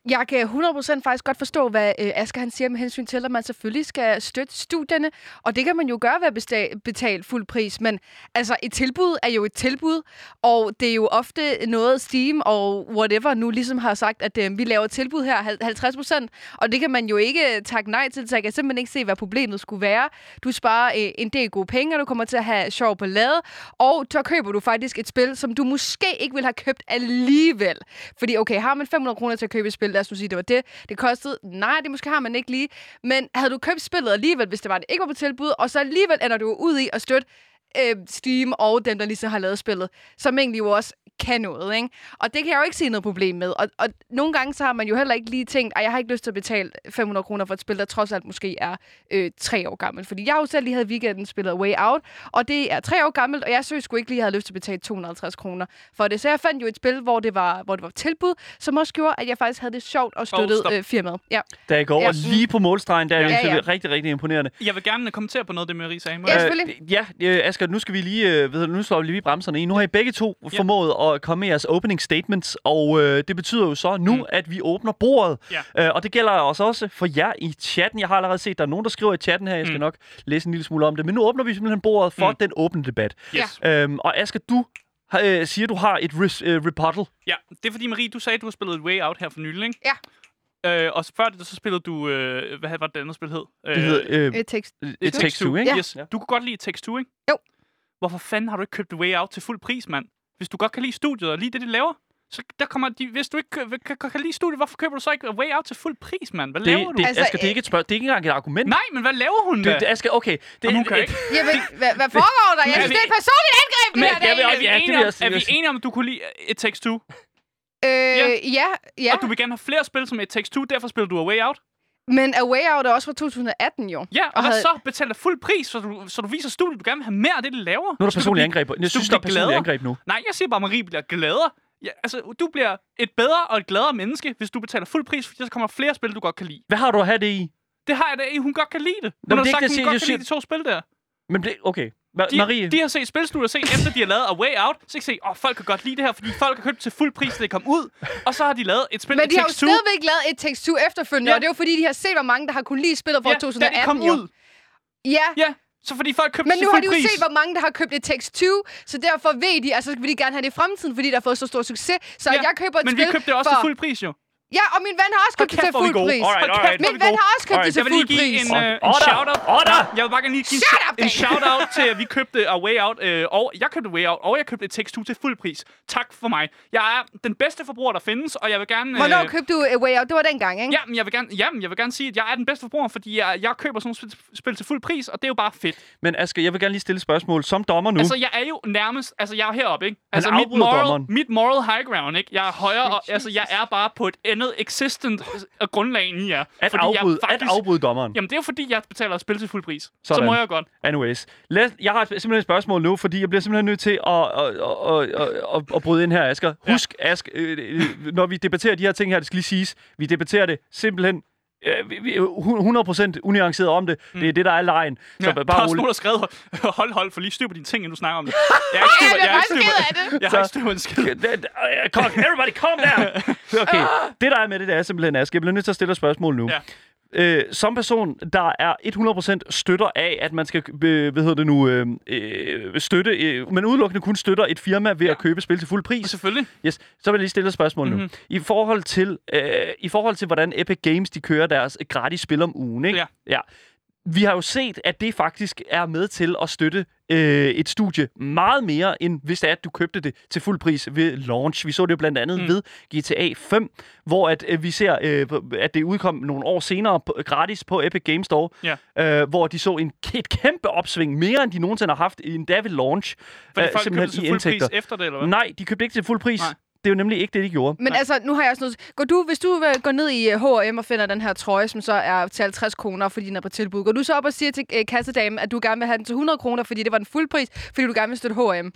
Jeg kan hundrede procent faktisk godt forstå, hvad øh, Asger han siger med hensyn til, at man selvfølgelig skal støtte studierne, og det kan man jo gøre ved at besta- betale fuld pris, men altså et tilbud er jo et tilbud, og det er jo ofte noget Steam og whatever nu ligesom har sagt, at øh, vi laver et tilbud her halvtreds procent, og det kan man jo ikke takke nej til, så jeg kan simpelthen ikke se, hvad problemet skulle være. Du sparer øh, en del gode penge, og du kommer til at have sjov på lade, og så køber du faktisk et spil, som du måske ikke ville have købt alligevel. Fordi okay, har man fem hundrede kroner til at købe et spil, lad os nu sige, det var det, det kostede. Nej, det måske har man ikke lige. Men havde du købt spillet alligevel, hvis det var, det ikke var på tilbud, og så alligevel ender du ud i at støtte øh, Steam og dem, der ligesom har lavet spillet, som egentlig jo også kan noget, ikke? Og det kan jeg jo ikke se noget problem med. Og, og nogle gange så har man jo heller ikke lige tænkt, at jeg har ikke lyst til at betale fem hundrede kroner for et spil, der trods alt måske er øh, tre år gammelt. Fordi jeg jo selv lige havde i weekenden spillet Way Out, og det er tre år gammelt, og jeg synes sgu ikke lige, jeg havde lyst til at betale to hundrede og halvtreds kroner for det. Så jeg fandt jo et spil, hvor det var, hvor det var tilbud, som også gjorde, at jeg faktisk havde det sjovt og støttede oh, øh, firmaet. Ja. Der går over Ja. lige på målstregen, der er Ja, ja, ja. ja. rigtig, rigtig imponerende. Jeg vil gerne kommentere på noget af det, Marie sagde. Ja, selvfølgelig. Øh, ja, øh, Asger, nu skal vi lige, øh, ved, du, nu slår vi lige bremserne i. Nu har I begge to Ja. formået at komme med jeres opening statements, og øh, det betyder jo så nu, mm. at vi åbner bordet. Ja. Øh, og det gælder også, også for jer i chatten. Jeg har allerede set, der er nogen, der skriver i chatten her. Jeg skal Mm. nok læse en lille smule om det. Men nu åbner vi simpelthen bordet for Mm. den åbne debat. Yes. Øhm, og Asger, du har, øh, siger, du har et res, øh, rebuttal. Ja, det er fordi, Marie, du sagde, at du har spillet et Way Out her for nylig, ikke? Ja. Øh, og så før det, så spillede du... Øh, hvad var det andet spil hed? Det hedder øh, Et tekst. It Takes Two, ikke? Ja. Yes. Du kunne godt lide Takes Two, ikke? Jo. Hvorfor fanden har du ikke købt Way Out til fuld pris, mand? Hvis du godt kan lide studiet og lide det, de laver, så der kommer de, hvis du ikke kan, kan, kan lide studiet, hvorfor køber du så ikke Way Out til fuld pris, mand? Hvad Det, laver du? det, Altså, Asger, det er ikke et spørgsmål. Det er ikke engang et argument. Nej, men hvad laver hun da? Det, det, Asger, okay. Det, Jamen, hun kan et- ikke. Jamen, hvad, hvad foregår der? Jeg Men er synes, vi- det er et personligt angreb, det Men, her er, vi, dag. er, vi Ja, det enige vil om, jeg- er vi enige om, at du kunne lide It Takes Two? Øh, ja, ja. Og du vil gerne have flere spil som It Takes Two, derfor spiller du A Way Out? Men A Way Out er også fra to tusind atten, jo. Ja, og, Og hvad havde- så? Betaler fuld pris, så du, så du viser studiet, du gerne vil have mere af det, de laver? Nu er der Så du personlige bliver- angreb. Jeg så synes, du der er bliver personlige gladere. angreb nu. Nej, jeg siger bare, at Marie bliver gladere. Ja, altså, du bliver et bedre og et gladere menneske, hvis du betaler fuld pris, fordi så kommer der flere spil, du godt kan lide. Hvad har du at have det i? Det har jeg da i, hun godt kan lide det. Hun men har det er sagt, ikke det, hun jeg godt siger. kan lide de to spil der. Men det, okay. Ma- De, Marie, de har set spilstudier set, efter de har lavet A Way Out, så kan de se, åh, folk kan godt lide det her, fordi folk har købt til fuld pris, da det kom ud. Og så har de lavet et spil, Men It de har jo Takes Two. stadigvæk lavet et Takes Two efterfølgende, Ja. og det er jo fordi, de har set, hvor mange, der har kunnet lide spillet fra Ja, to tusind da atten. det kom jo. ud. Ja, Ja, så fordi folk købte men til nu har fuld de jo pris. set, hvor mange, der har købt et Takes Two, så derfor ved de, altså vil de gerne have det i fremtiden, fordi der har fået så stor succes. Så Ja, jeg køber et men vi spil købte det også for... til fuld pris, jo. Ja, og min ven har også købt det kæft, til hvor er vi fuld gode. pris. Alright, Hold alright. kæft, Min ven har også købt det til Jeg vil lige fuld give pris. en, øh, en Order! shout-out. Order! Jeg vil bare gerne lige give Shut up, en Dan! shout-out til, at vi købte A Way Out, øh, og jeg købte Way Out, og jeg købte et Takes Two til fuld pris. Tak for mig. Jeg er den bedste forbruger, der findes, og jeg vil gerne... Øh, Hvornår købte du A Way Out? Det var dengang, ikke? Ja, men jeg vil gerne, ja, men jeg vil gerne sige, at jeg er den bedste forbruger, fordi jeg, jeg køber sådan nogle spil, spil til fuld pris, og det er jo bare fedt. men Asger, jeg vil gerne lige stille et spørgsmål. Som dommer nu. Altså, jeg er jo nærmest... Altså, jeg er heroppe, ikke? Altså, Han mit afbryder moral, dommeren. mit moral high ground, ikke? Jeg er højere, og altså, jeg er bare på et andet existent øh, grundlag end I er. at, fordi afbryde, jeg faktisk, at afbryde dommeren. Jamen, det er jo fordi, jeg betaler et spil til fuld pris. Sådan. Så må jeg godt. Anyways. Lad, jeg har et- simpelthen et spørgsmål nu, fordi jeg bliver simpelthen nødt til at, at, at, at, at, at bryde ind her, Asger. Husk, Ask, øh, øh, når vi debatterer de her ting her, det skal lige siges, vi debatterer det simpelthen øh, vi- vi er hundrede procent unuanceret om det. Mm. Det er det, der er lejen. Så Ja, bare der er også rolig. nogen, der skrevet, hold, hold, for lige styr på dine ting, inden du snakker om det. Jeg er ikke styr på, jeg jeg er er faktisk ikke styr ked af på, det. jeg har ikke styr på en skid. Calm- Everybody calm down! Okay, det der er med det, det er simpelthen, Ask. Jeg bliver nødt til at stille dig spørgsmål nu. Ja. Øh, som person, der er hundrede procent støtter af, at man skal øh, hvad hedder det nu, øh, øh, støtte, øh, men udelukkende kun støtter et firma ved ja. at købe spil til fuld pris. Selvfølgelig. Yes, så vil jeg lige stille et spørgsmål Mhm. nu. I forhold til, øh, i forhold til, hvordan Epic Games de kører deres gratis spil om ugen, ikke? Ja. ja. Vi har jo set, at det faktisk er med til at støtte øh, et studie meget mere, end hvis det er, at du købte det til fuld pris ved launch. Vi så det jo blandt andet mm. ved G T A fem, hvor at, øh, vi ser, øh, at det udkom nogle år senere på, gratis på Epic Games Store, Ja. øh, hvor de så en, et kæmpe opsving, mere end de nogensinde har haft endda ved launch. Fordi øh, folk simpelthen købte til i fuld pris indtægter. efter det, eller hvad? Nej, de købte ikke til fuld pris. Nej. Det er jo nemlig ikke det, de gjorde. Men Nej. altså, nu har jeg også noget... Går du, hvis du øh, går ned i H og M og finder den her trøje, som så er til halvtreds kroner, fordi den er på tilbud, går du så op og siger til øh, kassedamen, at du gerne vil have den til hundrede kroner, fordi det var den fuld pris, fordi du gerne vil støtte H og M?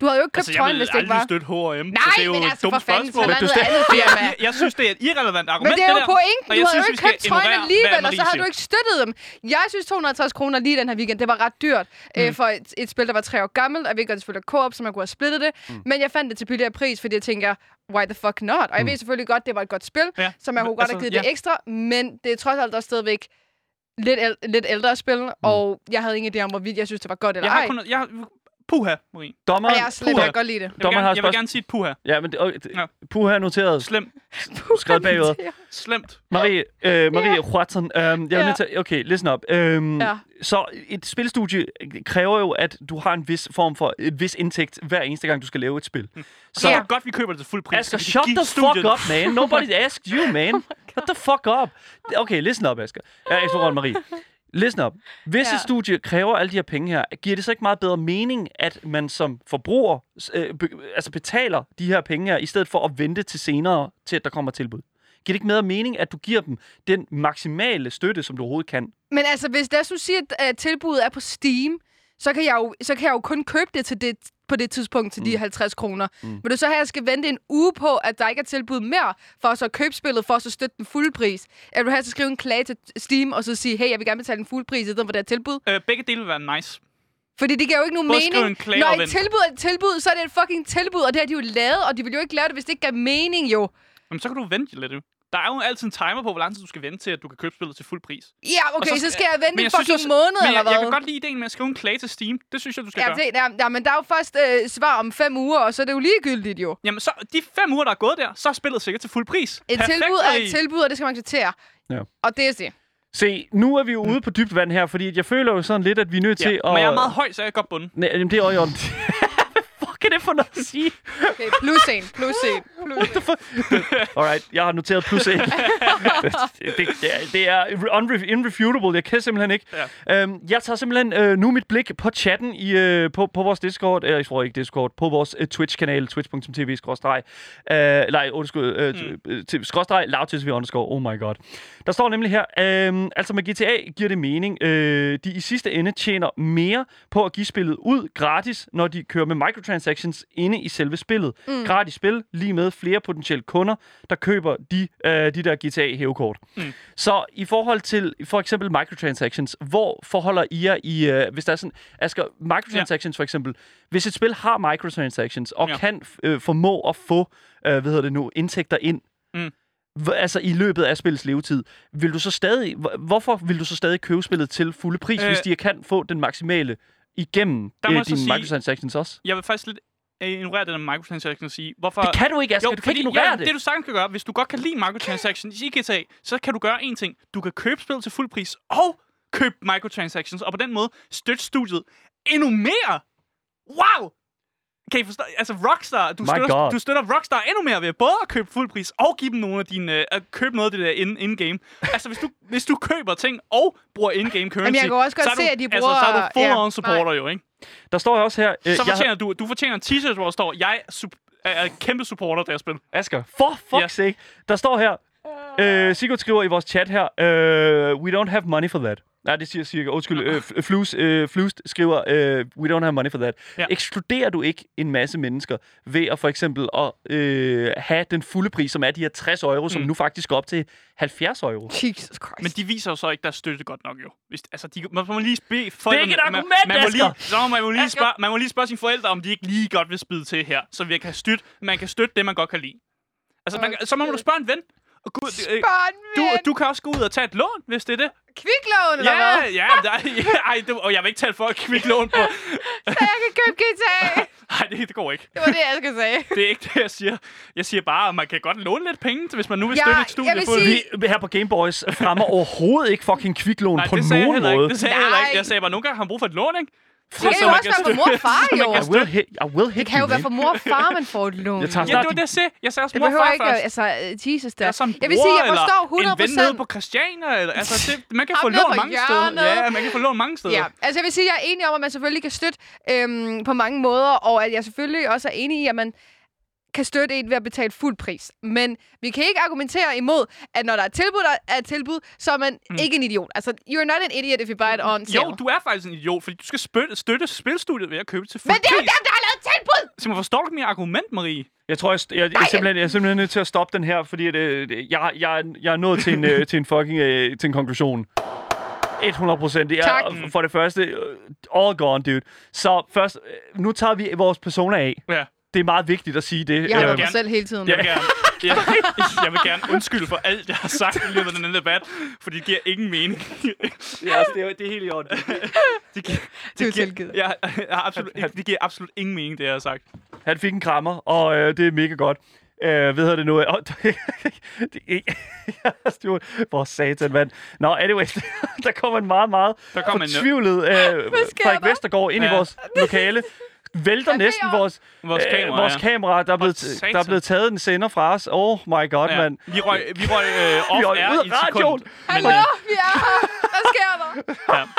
Du havde jo ikke købt Altså, jeg trøjen, vil hvis det ikke aldrig var. støtte H og M. Nej, så det er jo men et altså dumt for fanden, så spørgsmål. er der du noget andet firma. Jeg, jeg synes, det er et irrelevant argument, Men det er jo der. pointen. Og Du jeg havde jo synes, vi ikke skal købt trøjen ignorere, alligevel, hvad og så Marie havde du siger. ikke støttet dem. Jeg synes to hundrede og halvtreds kroner lige den her weekend, det var ret dyrt mm. øh, for et, et spil, der var tre år gammelt. Og jeg ved godt, det selvfølgelig er co-op, så man kunne have splittet det. Mm. Men jeg fandt det til billigere pris, fordi jeg tænker, why the fuck not? Og jeg ved selvfølgelig godt, det var et godt spil, Ja. så man kunne godt Altså, have givet ja. det ekstra. Men det er trods alt også stadigvæk lidt, el- lidt ældre spil, mm. og jeg havde ingen idé om, hvorvidt jeg synes, det var godt eller Jeg har ej. kun... Jeg, puha, Marie. Dommeren, Og jeg er slet, puha. jeg kan godt lide det. Jeg vil, Dommeren har gerne, et jeg vil spørgsmål. gerne sige et puha. Ja, men det, okay, det, Ja. Puha er noteret. Slemt. Skrevet bagud. Slemt. Marie, øh, Marie yeah. Watson, øh, jeg vil Ja. nødt til, okay, listen up. Øhm, Ja. Så et spilstudie kræver jo, at du har en vis form for et vis indtægt hver eneste gang, du skal lave et spil. Mm. Så Ja. er det godt, vi køber det til fuld pris. Asger, så vi kan shut give the studiet- fuck up, man. Nobody asked you, man. Shut the fuck up. Okay, listen up, Asger. Ja, jeg tror, Marie. Listen up. Hvis Ja. et studie kræver alle de her penge her, giver det så ikke meget bedre mening, at man som forbruger øh, be, altså betaler de her penge her, i stedet for at vente til senere, til at der kommer tilbud? Giver det ikke mere mening, at du giver dem den maksimale støtte, som du overhovedet kan? Men altså, hvis der du siger, at uh, tilbuddet er på Steam, så kan jeg jo, så kan jeg jo kun købe det til det på det tidspunkt til mm. de halvtreds kroner. Mm. Vil du så have, at jeg skal vente en uge på, at der ikke er tilbud mere, for så at købe spillet, for så at støtte den fulde pris? Eller vil du have, at skrive en klage til Steam, og så sige, hey, jeg vil gerne betale den fulde pris, i stedet for det her tilbud? Øh, begge dele vil være nice. Fordi det giver jo ikke nogen Både skrive mening. en klage Når og et vente. tilbud er et tilbud, så er det et fucking tilbud, og det har de jo lavet, og de vil jo ikke lave det, hvis det ikke giver mening, jo. Jamen, så kan du vente lidt, jo. Der er jo altid en timer på, hvor lang tid du skal vente til, at du kan købe spillet til fuld pris. Ja, okay, Og så, så skal jeg vente Men en jeg synes fucking også- måned, Men eller jeg, hvad? jeg kan godt lide ideen med at skrive en klage til Steam. Det synes jeg, du skal Ja, gøre. det, ja, ja, men der er jo først øh, svar om fem uger, og så er det jo ligegyldigt, jo. Jamen, så de fem uger, der er gået der, så er spillet sikkert til fuld pris. Et Perfekt, tilbud er Marie. et tilbud, og det skal man acceptere. Ja. Og det er det. Se, nu er vi jo ude på dybt vand her, fordi jeg føler jo sådan lidt, at vi er nødt Ja, til at... men jeg er meget høj, så jeg kan godt bunde. Nej, jamen, det er også i orden. Hvad fuck er det for noget at sige? Okay, plus en, plus en, plus en. Alright, jeg har noteret plus en. det, det, det, er, det er unre- irrefutable. Jeg kan simpelthen ikke. Ja. Øhm, jeg tager simpelthen øh, nu mit blik på chatten i, øh, på, på vores Discord. Øh, jeg tror ikke Discord. På vores øh, Twitch-kanal. twitch punktum tv skråstreg. Øh, nej, undskyld. Øh, mm. t- skråstreg. loudtv underscore. Oh my god. Der står nemlig her. Øh, altså med G T A giver det mening. Øh, de i sidste ende tjener mere på at give spillet ud gratis, når de kører med microtransactions inde i selve spillet. Mm. Gratis spil, lige med flere potentielle kunder, der køber de, øh, de der G T A-hævekort. Mm. Så i forhold til for eksempel microtransactions, hvor forholder I jer i, øh, hvis der er sådan, Asger, microtransactions ja. for eksempel, hvis et spil har microtransactions, og ja. kan øh, formå at få, øh, hvad hedder det nu, indtægter ind, mm. h- altså i løbet af spillets levetid, vil du så stadig, h- hvorfor vil du så stadig købe spillet til fulde pris, øh, hvis de kan få den maksimale igennem øh, dine sige, microtransactions også? Jeg vil faktisk lidt ignorere det der microtransaction og sige, hvorfor... Det kan du ikke, Asger. Jo, Du kan fordi, ikke ignorere ja, det. det du sagtens kan gøre, hvis du godt kan lide microtransactions i G T A, så kan du gøre én ting. Du kan købe spillet til fuld pris og købe microtransactions, og på den måde støtte studiet endnu mere. Wow! Kan I forstå? Altså Rockstar, du støtter, du støtter Rockstar endnu mere ved både at købe fuld pris og give dem nogle af dine, øh, at købe noget af det der in- in-game. Altså hvis du, hvis du køber ting og bruger in-game currency, Jamen, jeg kan også godt så er du, se, at de bruger... altså, så er du full-on ja, supporter nej. jo, ikke? Der står også her... Øh, Så jeg fortjener har... du, du fortjener en t-shirt, hvor der står, jeg sup- er kæmpe supporter, der spil. Asger, for fuck's Ja. sake. Der står her... Øh, Sigurd skriver i vores chat her, øh, we don't have money for that. Nej, det siger cirka. Undskyld, øh, Flus, øh, Flus skriver, øh, we don't have money for that. Ja. Ekskluderer du ikke en masse mennesker ved at for eksempel at øh, have den fulde pris, som er de her tres euro, mm. som nu faktisk går op til halvfjerds euro? Jesus Christ. Men de viser jo så ikke deres støtte godt nok, jo. Hvis, altså, de, man må lige bede Det er ikke et argument, man, man, må lige, Asger! så må man, må lige spørge, man må lige spørge sine forældre, om de ikke lige godt vil spide til her, så vi kan støtte, man kan støtte det, man godt kan lide. Altså, man, så må du spørge en ven. Og gå, Spørg en du, ven. du kan også gå ud og tage et lån, hvis det er det. Kviklån, eller Ja, hvad? ja, der, ja ej, du, og jeg vil ikke tale for et kviklån på. Så jeg kan købe G T A. Nej, det, det går ikke. Det var det, jeg skal sige. Det er ikke det, jeg siger. Jeg siger bare, at man kan godt låne lidt penge, hvis man nu vil Ja, støtte et studie. jeg vil på det. sige- Vi her på Gameboys fremmer overhovedet ikke fucking kviklån Nej, på det sagde jeg nogen heller måde. ikke. Det sagde jeg heller ikke. Nej. Jeg sagde bare, nogle gange har man brug for et lån, ikke? Det kan jo også være for mor og far, så man jo. kan I will hit, I will hit Det kan jo you, være man. for mor og far, man får et lån. Jeg tager Ja, snart det var det, jeg sagde. Jeg sagde også Det mor og behøver far ikke, først. altså, Jesus der. Eller som Jeg vil sige, jeg bror, forstår eller hundrede en ven nede procent. på Christiania. Eller, altså, det, man kan Ham få nede lån på mange steder. hjørnet. Ja, man kan få lån mange steder. Ja, altså jeg vil sige, at jeg er enig om, at man selvfølgelig kan støtte øhm, på mange måder, og at jeg selvfølgelig også er enig i, at man kan støtte en ved at betale fuld pris. Men vi kan ikke argumentere imod, at når der er tilbud, der er tilbud, så er man mm. ikke en idiot. Altså, you're not an idiot if you buy it on sale. Jo, du er faktisk en idiot, fordi du skal støtte, støtte spilstudiet ved at købe til fuld Men det er jo pris. dem, der har lavet tilbud! Simon, forstår du ikke mit argument, Marie? Jeg tror, jeg, jeg, jeg, jeg, er simpelthen, jeg er simpelthen nødt til at stoppe den her, fordi at, øh, jeg, jeg, jeg er nået til en, øh, til en fucking øh, til en konklusion. hundrede procent. Det er for det første uh, all gone, dude. Så først, uh, nu tager vi vores personer af. Ja. Det er meget vigtigt at sige det. Jeg har vil mig gerne- selv hele tiden. Jeg vil gerne, jeg, jeg vil gerne undskylde for alt, jeg har sagt i løbet af den her debat, for det giver ingen mening. Ja, altså, det, er, det er helt i orden. Det giver, Det er jo giver- tilgivet. jeg, jeg har absolut, det giver absolut ingen mening, det jeg har sagt. Han fik en krammer, og øh, det er mega godt. Øh, ved det nu? Oh, det, det, hvor satan, mand. Nå, anyways, der kommer en meget, meget Der kommer en- fortvivlet øh, Frederik der? Vestergaard ind Ja. i vores lokale. Vælter Hvad næsten sker? vores, Vores øh, kamera, vores ja. kamera. Der er, blevet, satan. der er blevet taget en sender fra os. Oh my god, Ja. mand. Vi røg, vi røg øh, Vi off røg air ud af i et sekund. radioen. Hallo, Men, øh, vi er her. Hvad sker der? ja.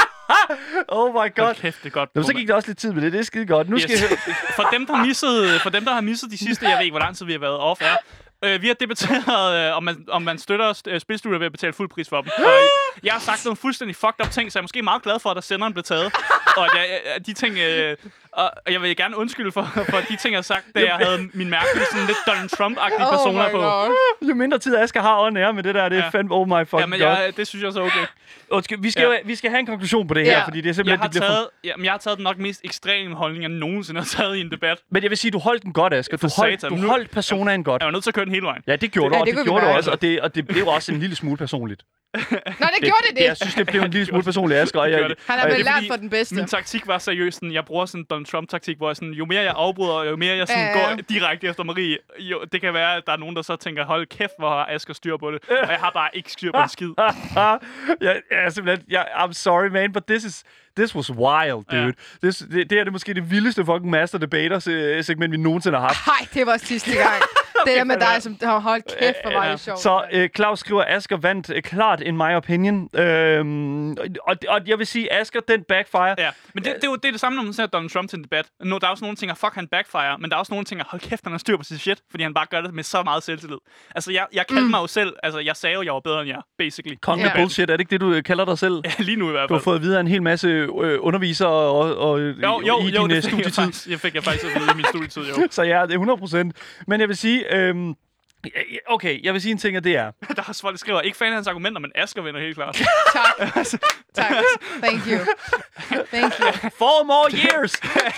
Oh my god. Hold kæft, det er godt. Nå, så gik der også lidt tid med det. Det er skide godt. Nu skal Yes. jeg... For dem, der missede, for dem, der har misset de sidste, jeg ved ikke, hvor lang tid vi har været off air, øh, vi har debatteret, øh, om, man, om man støtter øh, spilstudier ved at betale fuld pris for dem. Og jeg har sagt nogle fuldstændig fucked up ting, så jeg er måske meget glad for, at der senderen blev taget. Og at jeg, jeg, de ting... Øh, og jeg vil gerne undskylde for, for de ting, jeg har sagt, da jeg havde min mærkelige, sådan lidt Donald Trump-agtige Oh personer my på. god. Jo mindre tid Asger har on air med det der, det er Ja. fandme oh my fucking Ja, men god. jeg, det synes jeg så er okay. Undskyld, vi skal, Ja. jo, vi skal have en konklusion på det her, Ja. fordi det er Jeg simpelthen... har, det bliver for... taget, jamen, jeg har taget den nok mest ekstreme holdning, jeg nogensinde har taget i en debat. Men jeg vil sige, du holdt den godt, Asger. Du For holdt, satan. du Nu- holdt personaen godt. Jeg var nødt til at køre den hele vejen. Ja, det gjorde du, Ja, og det det, kunne vi gjorde du mærke. også, og det, og det blev også en lille smule personligt. Nå, det gjorde det det. Jeg synes, det blev en lille smule personligt, Asger. Og jeg, gjorde det. Han har og jeg- vel det er lært fordi, for den bedste. Min taktik var seriøst, sådan, jeg bruger sådan en Donald Trump-taktik, hvor jeg sådan, jo mere jeg afbryder, jo mere jeg sådan, Ja, ja. går direkte efter Marie, jo, det kan være, at der er nogen, der så tænker, hold kæft, hvor har Asger styr på det. Og jeg har bare ikke styr på en skid. jeg, jeg er simpelthen... Jeg, I'm sorry, man, but this is... This was wild, dude. Ja. This, det, det er det måske det vildeste fucking Master Debater-segment, vi nogensinde har haft. Nej, det var sidste gang. Det der med dig, som har holdt kæft, hvor var det sjovt. Så øh, Claus skriver, Asger vandt øh, klart, in my opinion. Øhm, og, og jeg vil sige, Asger, den backfire. Ja, men det, det, er jo det, er det samme, når man ser Donald Trump til en debat. Nu, der er også nogle ting, at fuck, han backfire, men der er også nogle ting, at hold kæft, han har styr på sit shit, fordi han bare gør det med så meget selvtillid. Altså, jeg, jeg kaldte mm. mig jo selv, altså, jeg sagde jo, jeg var bedre end jer, basically. Konge Ja. bullshit, er det ikke det, du øh, kalder dig selv? Ja, lige nu i hvert Du har fald. fået videre en hel masse øh, undervisere og, og, Jo, jo, i jo, din øh, det fik jeg, studietid. faktisk, jeg fik jeg faktisk at vide i min studietid, jo. Så ja, det er hundrede procent. Men jeg vil sige... Øhm, okay, jeg vil sige en ting, og det er... Der er folk, der skriver, ikke fan af hans argumenter, men Asger vinder helt klart. Tak. Tak. Thank you. Thank you. Four more years!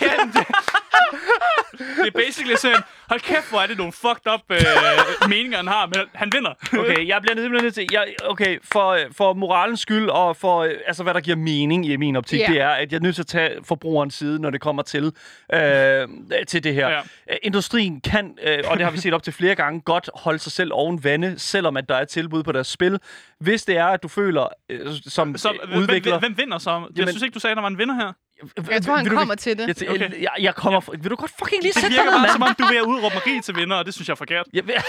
Det er basically sådan, hold kæft, hvor er det nogle fucked up øh, meninger, han har, men han vinder. Okay, jeg bliver simpelthen nødt til... Jeg, okay, for, for moralens skyld, og for øh, altså, hvad der giver mening i min optik, Ja. det er, at jeg er nødt til at tage forbrugerens side, når det kommer til, øh, til det her. Ja. Øh, Industrien kan, øh, og det har vi set op til flere gange, godt holde sig selv oven vande, selvom at der er tilbud på deres spil. Hvis det er, at du føler, øh, som Så øh, hvem, udvikler... hvem, hvem vinder så? Jeg Jamen- synes ikke, du sagde, at der var en vinder her. Jeg tror, han Vil du- kommer til det. Jeg, Okay. okay. jeg, jeg kommer... Ja. Vil du godt fucking lige Det sætte dig virker ned, bare, mand? som om du er ved at udråbe Marie til vinder, og det synes jeg er forkert. Jeg vil...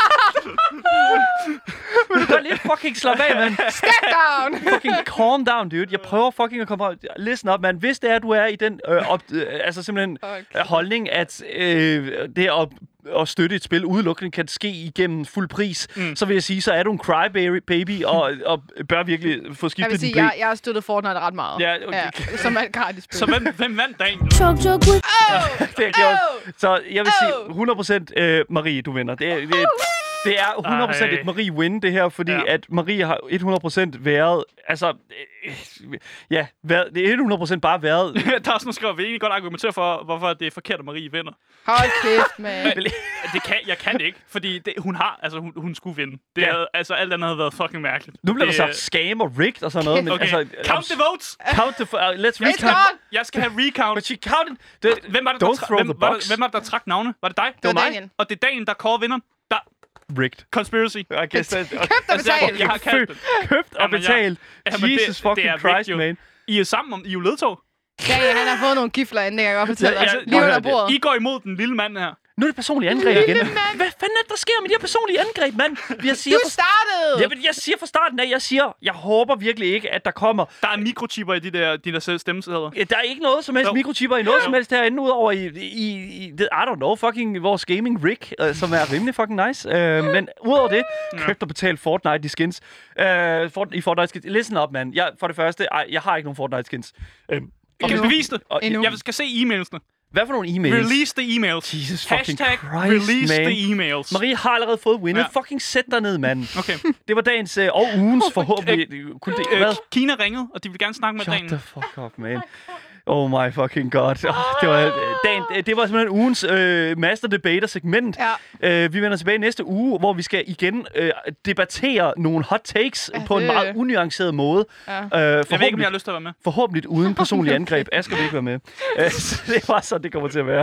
Vil du godt lige fucking slappe af, mand? Step down! Fucking calm down, dude. Jeg prøver fucking at komme fra... Listen up, man. Hvis det er, at du er i den øh, op, øh, altså simpelthen Okay. øh, holdning, at øh, det at, at støtte et spil udelukkende kan ske igennem fuld pris, mm. så vil jeg sige, så er du en crybaby og, og bør virkelig få Jeg skiftet vil din sige, blæ. jeg, jeg har støttet Fortnite ret meget. Ja, okay. ja, som alt gratis spil. Så hvem, hvem vandt dagen? Choke, choke with Det er gjort. Oh! Så jeg vil sige Oh! hundrede procent øh, Marie, du vinder. Det er, det, det er hundrede procent Ej. et Marie-win, det her, fordi Ja. at Marie har hundrede procent været... Altså, øh, ja, været, det er hundrede procent bare været... Der er også nogen, der skriver, at vi egentlig godt argumentere for, hvorfor det er forkert, at Marie vinder. Hold kæft, man. Det kan, jeg kan det ikke, fordi det, hun har, altså hun, hun skulle vinde. Det Ja. havde, altså alt andet havde været fucking mærkeligt. Nu bliver der det, sagt scam og rigged og sådan noget, men Okay, altså... count the votes! Count the... Uh, let's It's recount. gone! Jeg skal have recount. But she counted... The, Hvem var det, Don't der, tra- throw hvem, the var box. det, hvem var det, der trak navne? Var det dig? Det var mig. Daniel. Og det er dagen, der kårer vinderen. Der. rigged. Conspiracy. I guess that... Købt og betalt. Jeg har kaldt det. Købt og Jamen, jeg- betalt. Jamen, det- Jesus det fucking er Christ, rigged, jo. man. I er sammen om, I er jo ledtog. Ja, ja, han har fået nogle gifler inden, det kan jeg godt fortælle Ja, dig. ja, Lige under prøv at høre, bordet. I går imod den lille mand her. Nu er det personlige angreb igen. Hvad fanden er det, der sker med de her personlige angreb, mand? Jeg siger Du for... startede! Jeg, jeg siger fra starten af, jeg siger, jeg håber virkelig ikke, at der kommer... Der er mikrochipper i de der, de der stemmesæder. Ja, der er ikke noget som helst Jo. mikrochipper i noget som helst herinde, udover i, i, i I don't know, fucking vores gaming rig, uh, som er rimelig fucking nice. Uh, men udover det, købt og betalt Fortnite i skins. Uh, for, I Fortnite skins. Listen up, man. Jeg, for det første, ej, jeg har ikke nogen Fortnite skins. Uh, Jeg kan bevise det. og, Endnu. Jeg skal se e-mailsene. hvad for nogle e-mails? Release the emails. Jesus fucking Hashtag Christ, release man. the emails. Marie har allerede fået winnet. Ja. Fucking sæt dig ned, mand. Okay. Det var dagens uh, og ugens forhåbentlig. Kun det, Øh, hvad? Kina ringede, og de vil gerne snakke med Shut dagen. the fuck up, man. Oh my fucking god. Oh, det, var, dagen, det var simpelthen ugens øh, Master Debater-segment. Ja. Uh, vi vender tilbage næste uge, hvor vi skal igen øh, debattere nogle hot takes Ja, på en det- meget unuanceret måde. Ja. Uh, Jeg ved ikke, om jeg forhåbentlig, har lyst til at være med. forhåbentlig uden personlig angreb. Asger vil ikke være med. Uh, så det er bare sådan, det kommer til at være.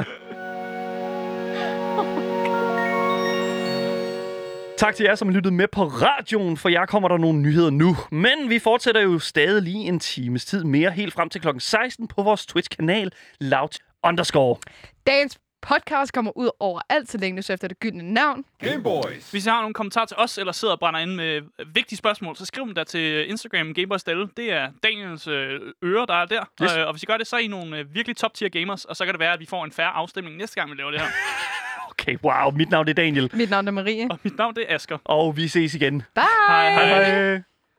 Tak til jer, som har lyttet med på radioen, for jer kommer der nogle nyheder nu. Men vi fortsætter jo stadig lige en times tid mere, helt frem til klokken seksten på vores Twitch-kanal, loud underscore. Dagens podcast kommer ud over alt, så længe du søger efter det gyldne navn. Gameboys. Hvis I har nogle kommentarer til os, eller sidder og brænder inde med vigtige spørgsmål, så skriv dem der til Instagram Gameboys Stelle. Det er Daniels øh, øre, der er der. Yes. Øh, og hvis I gør det, så er I nogle øh, virkelig top-tier gamers, og så kan det være, at vi får en færre afstemning næste gang, vi laver det her. Okay, wow. Mit navn er Daniel, Mit navn er Marie. Og mit navn, det er Asger. og vi ses igen. Bye! Hej, hej. Hej hej.